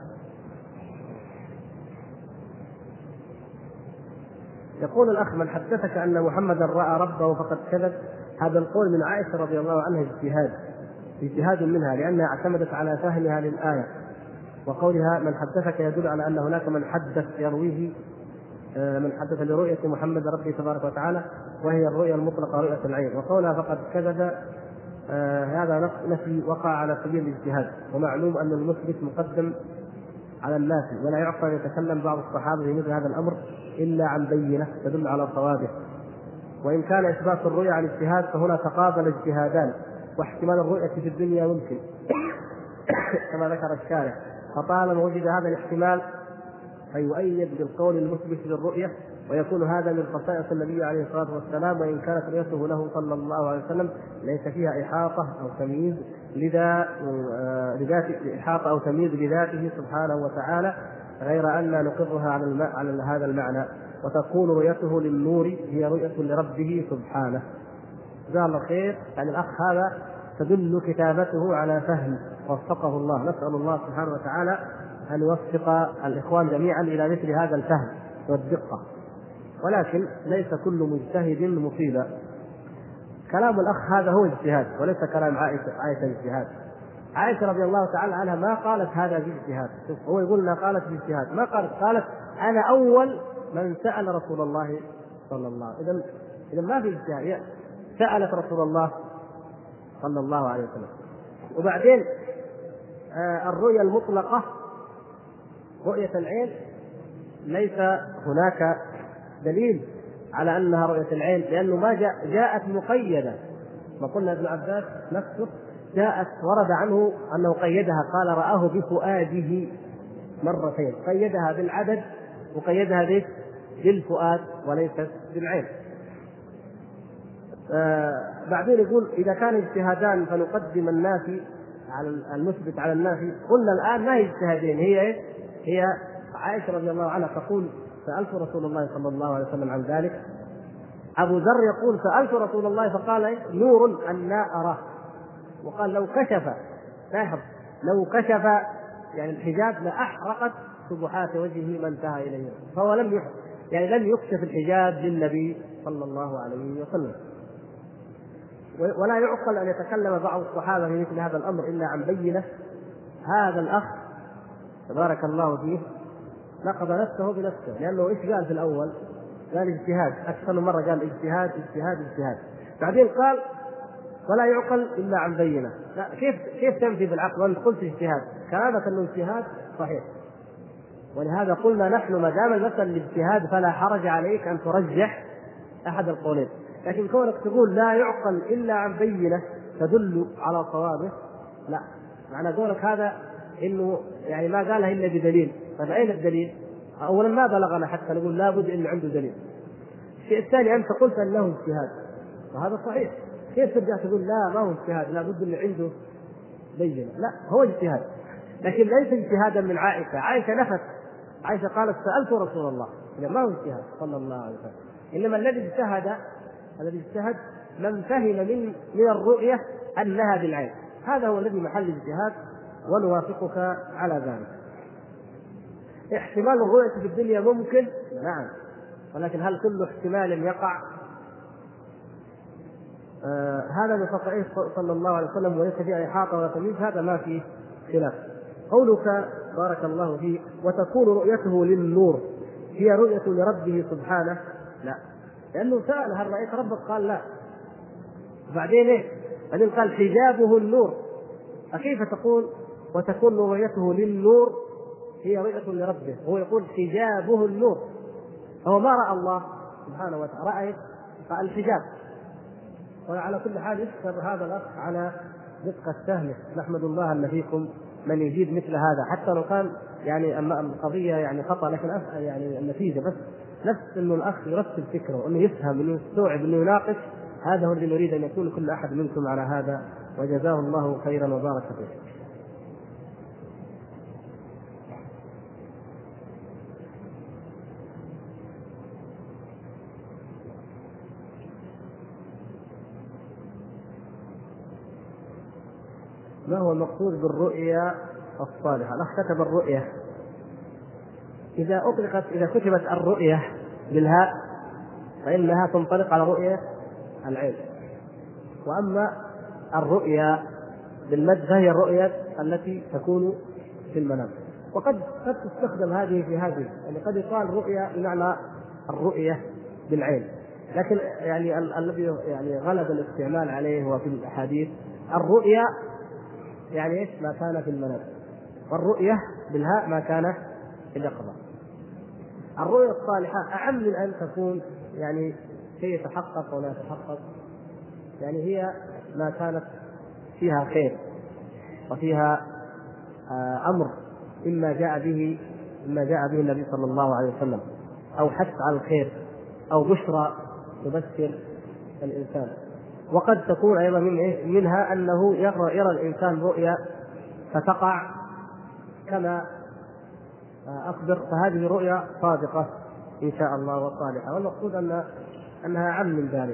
يقول الأخ من حدثك أن محمدا رأى ربه فقد كذب. هذا القول من عائشة رضي الله عنها اجتهاد اجتهاد منها، لأنها اعتمدت على فهمها للآية، وقولها من حدثك يدل على أن هناك من حدث يرويه من حدث لرؤية محمد ربي تبارك وتعالى وهي الرؤيا المطلقة رؤية العين، وقولها فقد كذب آه هذا نفي وقع على سبيل الاجتهاد، ومعلوم أن المثبت مقدم على الناس، ولا يعقل أن يتكلم بعض الصحابة في مثل هذا الأمر إلا عن بينة تدل على صوابه. وإن كان إثبات الرؤيا عن اجتهاد فهنا تقابل اجتهادان، واحتمال الرؤية في الدنيا ممكن كما ذكر الشارع، فطالما وجد هذا الاحتمال فيؤيد بالقول المثبت للرؤية، ويكون هذا من خصائص النبي عليه الصلاة والسلام، وإن كانت رؤيته له صلى الله عليه وسلم ليس فيها إحاطة أو تمييز لذا لذات إحاطة أو تمييز بذاته سبحانه وتعالى، غير أن نقرها على, الم... على هذا المعنى، وتكون رؤيته للنور هي رؤية لربه سبحانه. جزاه الله خير. يعني الأخ هذا تدل كتابته على فهم وفقه الله، نسأل الله سبحانه وتعالى أن يوفق الإخوان جميعا إلى مثل هذا الفهم والدقة، ولكن ليس كل مجتهد مصيبا. كلام الأخ هذا هو اجتهاد وليس كلام عائشة. عائشة اجتهاد. عائشة رضي الله تعالى عنها ما قالت هذا باجتهاد، هو يقول انها قالت باجتهاد، ما قالت قالت أنا أول من سأل رسول الله صلى الله عليه وسلم. إذا إذا ما في اجتهاد، سألت رسول الله صلى الله عليه وسلم. وبعدين آه الرؤيا المطلقة رؤية العين ليس هناك دليل على أنها رؤية العين، لأنه ما جاء جاءت مقيدة. ما قلنا ابن عباس نفسه جاءت ورد عنه أنه قيدها، قال رآه بفؤاده مرتين، قيدها بالعدد وقيدها بالفؤاد وليست بالعين. آه بعدين يقول إذا كان اجتهادان فنقدم النافي على المثبت على النافي. قلنا الآن ما هي اجتهادين، هي إيه؟ هي عائشة رضي الله عنها تقول سألت رسول الله صلى الله عليه وسلم عن ذلك. أبو ذر يقول سألت رسول الله فقال إيه؟ نور أن لا أراه. وقال لو كشف لاحظ لو كشف يعني الحجاب لأحرقت سبحات وجهه ما انتهى إليه، فهو لم يحرق يعني لم يكشف الحجاب للنبي صلى الله عليه وسلم. ولا يعقل أن يتكلم بعض الصحابة في مثل هذا الأمر إلا عن بينة. هذا الأخ تبارك الله فيه نقض نفسه بنفسه، لأنه إيش قال في الأول؟ قال اجتهاد، أكثر من مرة قال اجتهاد اجتهاد اجتهاد، بعدين قال ولا يعقل إلا عن بينة. لا، كيف كيف تمشي بالعقل وأنت قلت اجتهاد؟ كلامك أنه اجتهاد صحيح، ولهذا قلنا نحن ما دام المسألة الاجتهاد فلا حرج عليك أن ترجح أحد القولين، لكن كونك تقول لا يعقل إلا عن بينة تدل على صوابه، لا، معنى قولك هذا إنه يعني ما قالها إلا بدليل. طيب أين الدليل؟ أولا ما بلغنا حتى نقول لابد إن عنده دليل. الشيء الثاني أنت قلت أنه اجتهاد وهذا صحيح، كيف ترجع تقول لا ما هو اجتهاد لابد إن عنده بينة؟ لا، هو اجتهاد، لكن ليس اجتهادا من عائشة. عائشة نفت، عائشة قالت سألت رسول الله، إذا ما هو اجتهاد صلى الله عليه وسلم. إنما الذي اجتهد الذي اجتهد من فهم من من الرؤية أنها بالعين، هذا هو الذي محل الاجتهاد، ونوافقك على ذلك. احتمال الرؤية في الدنيا ممكن، نعم، ولكن هل كل احتمال يقع؟ آه هذا من خصائص صلى الله عليه وسلم وليس فيه إحاطة ولا تمييز، هذا ما فيه خلاف. قولك بارك الله فيه وتكون رؤيته للنور هي رؤية لربه سبحانه، لا، لأنه سأل هل رأيت ربك؟ قال لا. وبعدين إيه؟ بعدين قال حجابه النور، فكيف تقول وتكون رؤيته للنور هي رؤية لربه؟ هو يقول حجابه النور، هو ما رأى الله سبحانه وتعالى، رأى الحجاب. وعلى كل حال يشكر هذا الأخ على دقة فهمه، نحمد الله أن فيكم من يجيب مثل هذا، حتى لو كان يعني القضية يعني خطأ، لكن يعني النتيجة بس نفس إنه الأخ يرتب فكره، إنه يفهم، إنه يستوعب، إنه يناقش. هذا هو الذي نريد أن يكون كل أحد منكم على هذا، وجزاه الله خيرا وبارك فيه. ما هو المقصود بالرؤيا الصالحة؟ الأخ كتب الرؤية، إذا أطلقت إذا كتبت الرؤية بالهاء فإنها تنطلق على رؤية العين، وأما الرؤيا بالمد فهي الرؤية التي تكون في المنام. وقد قد تستخدم هذه في هذه، يعني قد يقال رؤيا بمعنى الرؤية بالعين، لكن يعني الذي يعني غلب الاستعمال عليه هو في الأحاديث الرؤيا يعني إيش؟ ما كان في المنام، والرؤية بالهاء ما كان في اليقظة. الرؤيا الصالحة أعم من أن تكون يعني شيء يتحقق ولا يتحقق، يعني هي ما كانت فيها خير وفيها أمر إما جاء به إما جاء به النبي صلى الله عليه وسلم، أو حث على الخير، أو بشرى تبشر الإنسان. وقد تكون أيضا من منها أنه يرى, يرى الإنسان رؤيا فتقع كما أخبر، فهذه رؤيا صادقة إن شاء الله وصالحة، والمقصود أن أنها أعم من ذلك.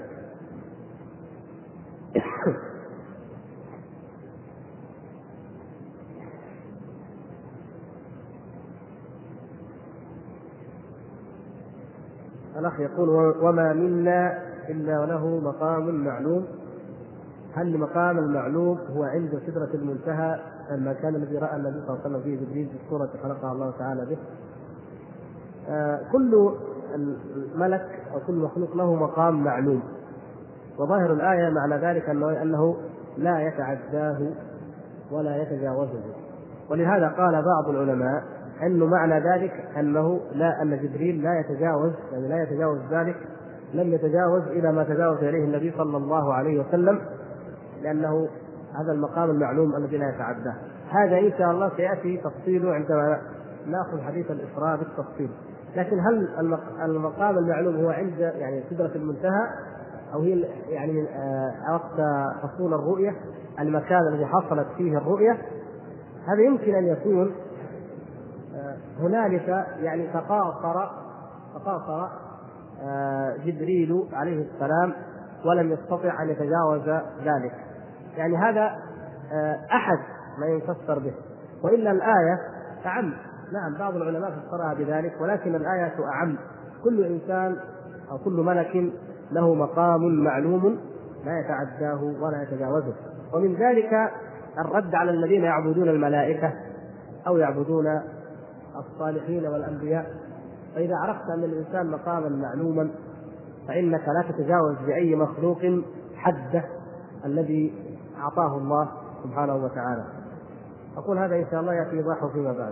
الأخ يقول: وما منا إلا وله مقام معلوم، هل المقام المعلوم هو عند سدرة المنتهى المكان الذي رأى النبي صلى الله عليه وسلم فيه جبريل في الصورة خلقها الله تعالى به؟ آه كل ملك أو كل مخلوق له مقام معلوم، وظاهر الآية معنى ذلك أنه, أنه لا يتعداه ولا يتجاوزه. ولهذا قال بعض العلماء أنه معنى ذلك أنه لا أن جبريل لا يتجاوز، يعني لا يتجاوز ذلك، لم يتجاوز إلى ما تجاوز إليه النبي صلى الله عليه وسلم، لأنه هذا المقام المعلوم الذي لا يتعداه. هذا إن شاء الله سيأتي تفصيله عندما نأخذ حديث الإسراء بالتفصيل. لكن هل المقام المعلوم هو عند يعني سدرة المنتهى، أو هي يعني وقت حصول الرؤية المكان الذي حصلت فيه الرؤية؟ هذا يمكن أن يكون هنالك يعني تقاصر تقاصر جبريل عليه السلام ولم يستطع أن يتجاوز ذلك، يعني هذا أحد ما يفسر به، وإلا الآية أعم. نعم بعض العلماء فسرها بذلك، ولكن الآية أعم. كل إنسان أو كل ملك له مقام معلوم لا يتعداه ولا يتجاوزه. ومن ذلك الرد على الذين يعبدون الملائكة أو يعبدون الصالحين والأنبياء. فإذا عرفت أن الإنسان مقاما معلوما فإنك لا تتجاوز بأي مخلوق حده الذي أعطاه الله سبحانه وتعالى. أقول هذا إن شاء الله يأتي إيضاحه فيما بعد.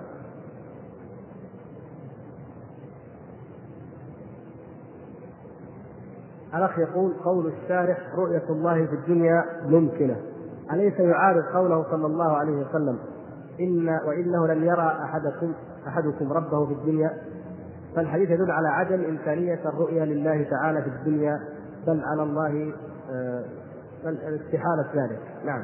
الأخ يقول: قول الشارح رؤية الله في الدنيا ممكنة، أليس يعارض قوله صلى الله عليه وسلم: إن وإنه لن يرى أحدكم أحدكم ربه في الدنيا؟ فالحديث يدل على عدم إمكانية الرؤية لله تعالى في الدنيا، بل على الله بل استحالة ذلك. نعم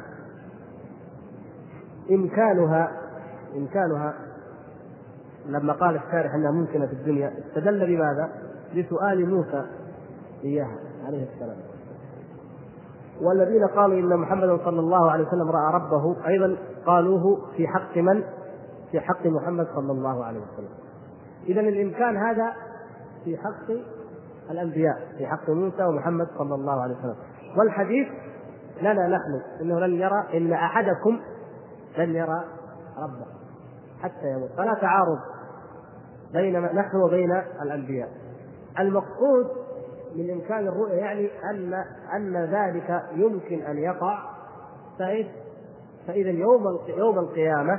إمكانها إمكانها لما قال الشارح أنها ممكنة في الدنيا استدل بماذا؟ بسؤال موسى إياها عليه السلام. والذين قالوا إن محمدا صلى الله عليه وسلم رأى ربه أيضا قالوه في حق من؟ في حق محمد صلى الله عليه وسلم. إذن الإمكان هذا في حق الأنبياء، في حق موسى ومحمد صلى الله عليه وسلم. والحديث لنا نحن إنه لن يرى إن أحدكم لن يرى ربه حتى يموت، فلا تعارض بين نحن وبين الأنبياء. المقصود من إمكان الرؤية يعني أن أن ذلك يمكن أن يقع، فإذا يوم يوم القيامة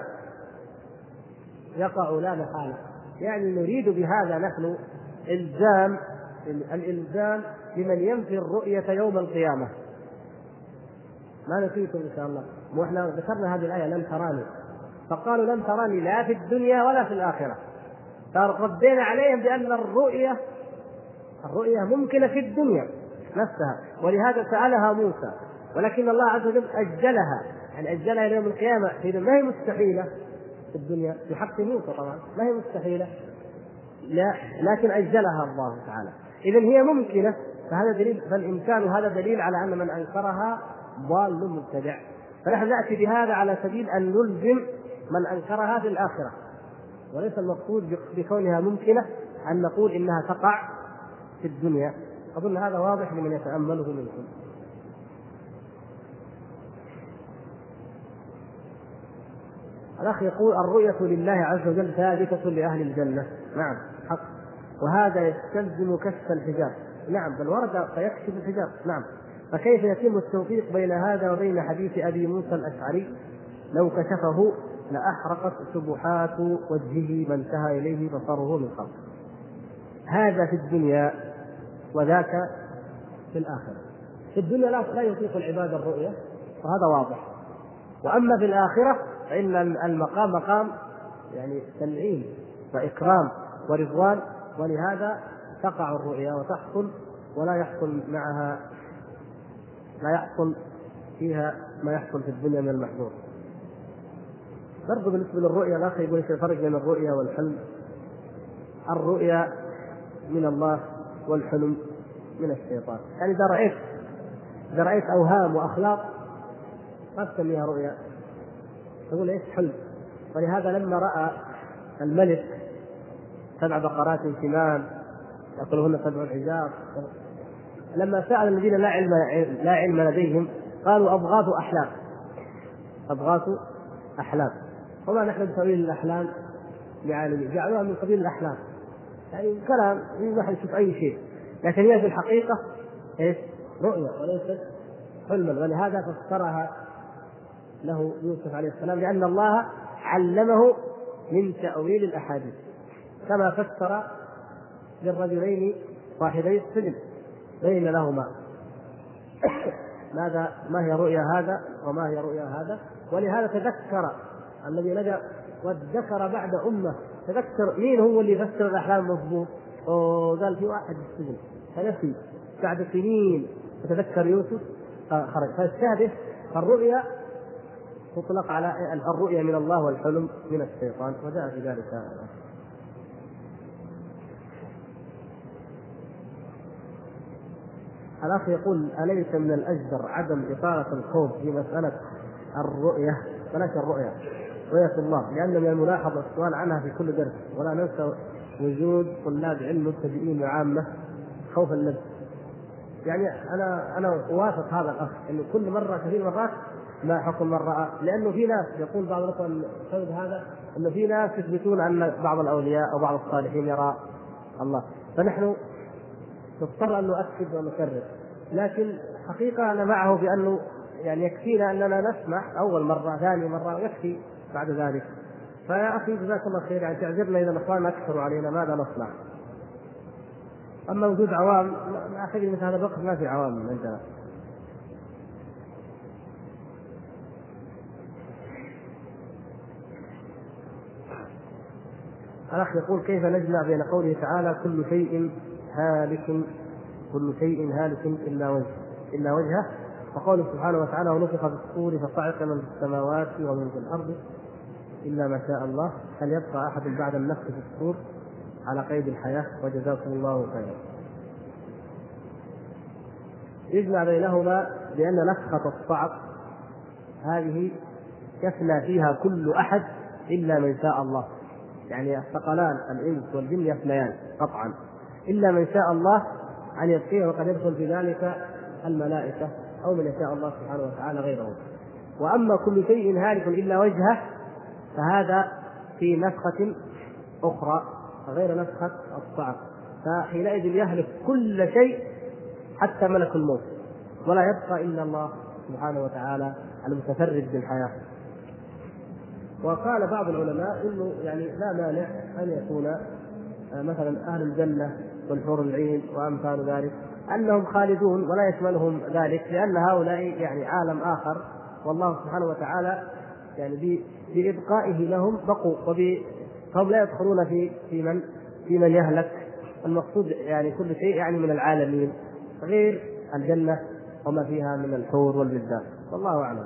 يقع لا محالة. يعني نريد بهذا نحن إلزام الإلزام لمن ينفي الرؤية يوم القيامة. ما نسيتم إن شاء الله، وإحنا ذكرنا هذه الآية لن تراني، فقالوا لن تراني لا في الدنيا ولا في الآخرة، فردينا عليهم بأن الرؤية الرؤية ممكنة في الدنيا نفسها، ولهذا سألها موسى، ولكن الله عز وجل أجلها، يعني أجلها إلى يوم القيامة. إذا ما هي مستحيلة في الدنيا في حق موسى، طبعا ما هي مستحيلة، لا، لكن أجلها الله تعالى. إذا هي ممكنة، فهذا دليل، فالإمكان هذا دليل على أن من أنكرها ضال مبتدع. فنحن نأتي بهذا على سبيل أن نلزم من أنكرها في الآخرة، وليس المقصود بكونها ممكنة أن نقول إنها تقع في الدنيا. أظن هذا واضح لمن يتأمله منكم. الأخ يقول: الرؤية لله عز وجل ثابتة لأهل الجنة. نعم حق، وهذا يستلزم كشف الحجاب. نعم، بل ورد فيكشف الحجاب. نعم، فكيف يتم التوفيق بين هذا وبين حديث أبي موسى الأشعري لو كشفه لأحرقت سبحات وجهه ما انتهى إليه بصره من خلق؟ هذا في الدنيا وذاك في الآخرة. في الدنيا لا لا يطيق العباد الرؤية وهذا واضح، وأما في الآخرة فإن المقام مقام يعني تنعيم وإكرام ورضوان، ولهذا تقع الرؤيا وتحصل ولا يحصل معها لا يحصل فيها ما يحصل في الدنيا من المحظور. برضو بالنسبة للرؤيا الأخ يقول ايش الفرق بين الرؤيا والحلم؟ الرؤيا من الله والحلم من الشيطان. يعني إذا رأيت إذا رأيت أوهام وأخلاق ما تسميها رؤيا، تقول ايش؟ حلم. ولهذا لما رأى الملك سبع بقرات سمان يأكلهن سبع حجار، لما سأل الذين لا علم لا علم لديهم قالوا أضغاث أحلام. أضغاث أحلام. وما نحن بتأويل الأحلام بعالمين، جعلوها من قبيل الأحلام، يعني كلام ما يشوف أي شيء، لكن هي في الحقيقة إيش؟ رؤيا وليست حلما. ولهذا فسرها له يوسف عليه السلام، لأن الله علمه من تأويل الأحاديث، كما فسر للرجلين صاحبي السجن بين لهما ماذا ما هي رؤيا هذا وما هي رؤيا هذا. ولهذا تذكر الذي نجا وذكر بعد أمة، تذكر مين هو اللي يفسر الأحلام مضبوط، وقال في واحد السجن فنسي بعد سنين وتذكر يوسف خرج. فالشاهد الرؤيا تطلق على الرؤيا من الله والحلم من الشيطان، وجاء في ذلك. الأخ يقول أليس من الأجدر عدم إثارة الخوف في مسألة الرؤية بلاش الرؤية رؤية الله، لأن من الملاحظ السؤال عنها في كل درس، ولا ننسى وجود طلاب علم مبتدئين وعامة خوف النفس. يعني أنا أنا أوافق هذا الأخ إنه كل مرة كثير مرات ما حكم من رأى، لأنه في ناس يقول بعض الأخوة سبب هذا إنه في ناس يثبتون أن بعض الأولياء أو بعض الصالحين يرى الله، فنحن نضطر أن نؤكد ونكرر. لكن حقيقة أنا معه بأنه يعني يكفينا أننا نسمع أول مرة ثاني مرة يكفي بعد ذلك. فيا أخي جزاك الله خير، يعني تعذرنا إذا الأخوان أكثروا علينا ماذا نصنع. أما وجود عوام أعتقد مثل هذا الوقت ما في عوام عندنا. الأخ يقول كيف نجمع بين قوله تعالى كل شيء هالك كل شيء هالك إلا وجه إلا وجهه، وقوله سبحانه وتعالى ونفخ في الصور فصعق من في السماوات ومن في الأرض إلا ما شاء الله، هل يبقى أحد بعد النفخ في الصور على قيد الحياة؟ وجزاكم الله خيرا. يجمع بينهما بأن نفخة الصعق هذه يفنى فيها كل أحد إلا من شاء الله، يعني الثقلان الإنس والجن يفنيان قطعا إلا من شاء الله أن يبقيه، وقد يدخل في ذلك الملائكة أو من يشاء الله سبحانه وتعالى غيره. وأما كل شيء هالك إلا وجهه فهذا في نفخة أخرى غير نفخة الصعق، فحينئذ يهلك كل شيء حتى ملك الموت، ولا يبقى إلا الله سبحانه وتعالى المتفرد بالحياة. وقال بعض العلماء إنه يعني لا مانع أن يكون مثلا أهل الجنة والحور العين وأمثال ذلك أنهم خالدون ولا يشملهم ذلك، لأن هؤلاء يعني عالم آخر، والله سبحانه وتعالى يعني بإبقائه لهم بقوا، فهم لا يدخلون في في من في من يهلك. المقصود يعني كل شيء يعني من العالمين غير الجنة وما فيها من الحور والبلدان، والله أعلم.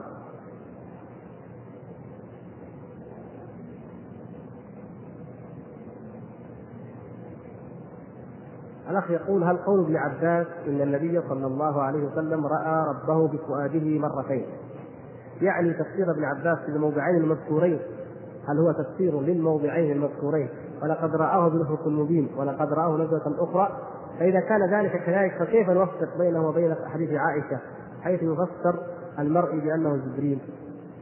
الأخ يقول هل قول ابن عباس إن النبي صلى الله عليه وسلم رأى ربه بفؤاده مرتين يعني تفسير ابن عباس للموضعين المذكورين، هل هو تفسير للموضعين المذكورين ولقد رآه بالأفق المبين ولقد رآه نزلة أخرى؟ فإذا كان ذلك كذلك فكيف نوفق بينه وبين حديث عائشة حيث يفسر المرء بأنه جبريل؟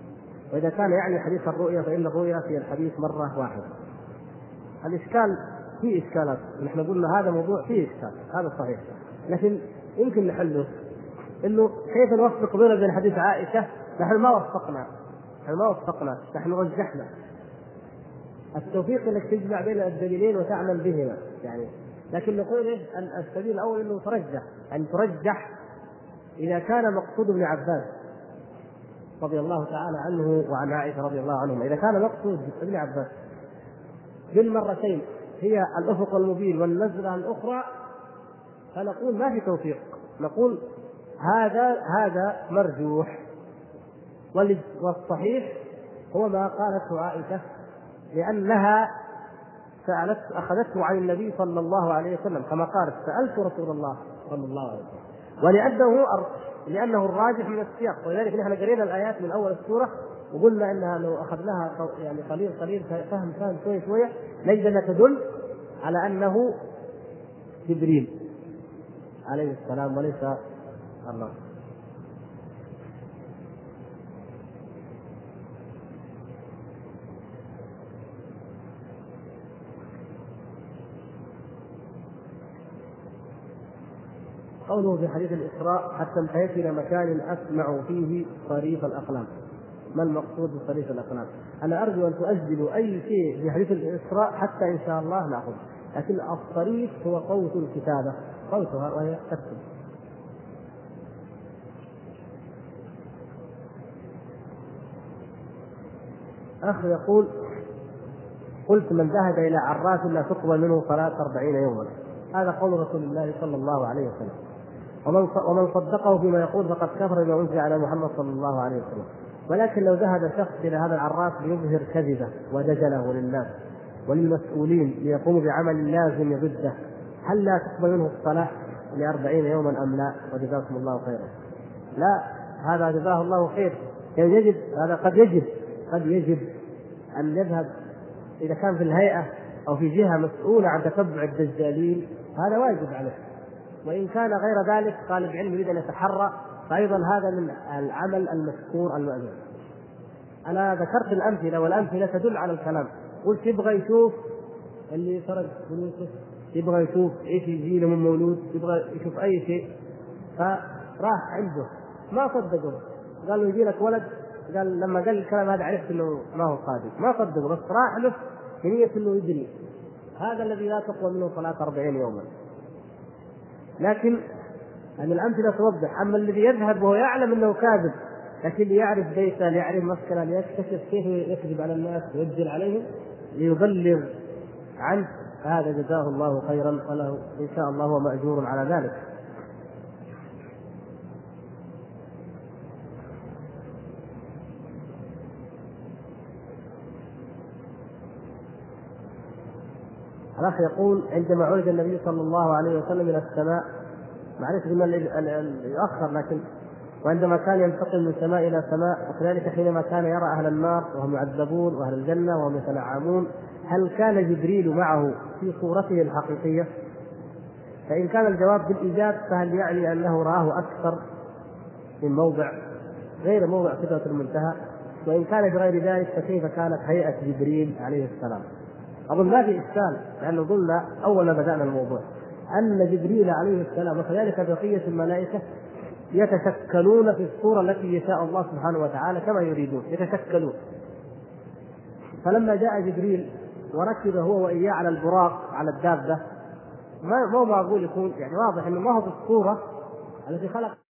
وإذا كان يعني حديث الرؤيا فإن الرؤيا في الحديث مرة واحدة. الإشكال فيه إشكالات، نحن قلنا هذا موضوع فيه إشكال، هذا صحيح، لكن يمكن نحله. إنه كيف نوفق بين بين حديث عائشة؟ نحن ما وفقنا، نحن ما وفقنا، نحن رجحنا. التوفيق انك تجمع بين الدليلين وتعمل بهما يعني، لكن نقول ايش؟ السبيل الاول انه ترجح، ان ترجح اذا كان مقصود ابن عباس رضي الله تعالى عنه وعن عائشه رضي الله عنهم، اذا كان مقصود ابن عباس بالمرتين هي الافق المبين والنزله الاخرى، فنقول ما في توفيق، نقول هذا هذا مرجوح. والصحيح هو ما قالته عائشه، لأنها سألت أخذته عن النبي صلى الله عليه وسلم كما قالت سألت رسول الله صلى الله عليه وسلم، ولأنه لأنه الراجح من السياق. ولذلك نحن قرينا الآيات من أول السورة وقلنا إنها لو أخذناها يعني قليل قليل فهم فهم شوية شوية نجد أنها تدل على أنه جبريل عليه السلام وليس الله. قوله في حديث الإسراء حتى انتهيت إلى مكان أسمع فيه صريف الأقلام. ما المقصود بصريف الأقلام؟ أنا أرجو أن تؤجلوا أي شيء في حديث الإسراء حتى إن شاء الله نأخذ، لكن الصريف هو قوس الكتابة، قوسها وهي تكتب. أخ يقول قلت من ذهب إلى عراف لا تقبل منه صلاة أربعين يوما، هذا قول رسول الله صلى الله عليه وسلم، ومن صدقه فيما يقول فقد كفر بما أنزل على محمد صلى الله عليه وسلم. ولكن لو ذهب شخص إلى هذا العراف ليظهر كذبه ودجله للناس وللمسؤولين ليقوموا بعمل لازم ضده، هل لا تقبل منه الصلاة لأربعين يوما أم لا؟ وجزاكم الله خيرا. لا، هذا جزاه الله خير، يعني يجب هذا قد يجب قد يجب أن يذهب إذا كان في الهيئة أو في جهة مسؤولة عن تتبع الدجالين، هذا واجب عليه. وإن كان غير ذلك طالب علم يريد أن يتحرى فأيضا هذا من العمل المشكور المأجور. أنا ذكرت الأمثلة والأمثلة تدل على الكلام. قلت يبغى يشوف اللي سرق فلوسه، يبغى يشوف إيش يجي له من مولود، يبغى يشوف أي شيء، فراح عنده ما صدقه، قال له يجي لك ولد، قال لما قال الكلام هذا عرفت إنه ما هو صادق، ما صدقه، بس راح له بنية إنه يدري. هذا الذي لا تقوى منه صلاة أربعين يوما. لكن أن الأمثلة توضح. أما الذي يذهب وهو يعلم أنه كاذب لكن ليعرف بيته، ليعرف مسكنه، ليكتشف كيف يكذب على الناس ويجزل عليهم ليبلغ عنه، هذا جزاه الله خيرا وله إن شاء الله هو مأجور على ذلك. الأخ يقول عندما عرج النبي صلى الله عليه وسلم إلى السماء، معلش قلنا يؤخر، لكن وعندما كان ينتقل من سماء إلى سماء، وكذلك حينما كان يرى أهل النار وهم يعذبون وأهل الجنة وهم يتنعمون، هل كان جبريل معه في صورته الحقيقية؟ فإن كان الجواب بالإيجاب فهل يعني أنه رآه أكثر من موضع غير موضع سدرة المنتهى؟ وإن كان بغير ذلك فكيف كانت هيئة جبريل عليه السلام؟ أظن ما في إشكال، لأنه قلنا أول ما بدأنا الموضوع أن جبريل عليه السلام وكذلك بقية الملائكة يتشكلون في الصورة التي يشاء الله سبحانه وتعالى كما يريدون، يتشكلون. فلما جاء جبريل وركب هو وإياه على البراق على الدابة، ما هو معقول يكون يعني واضح أنه ما هو بالصورة التي خلق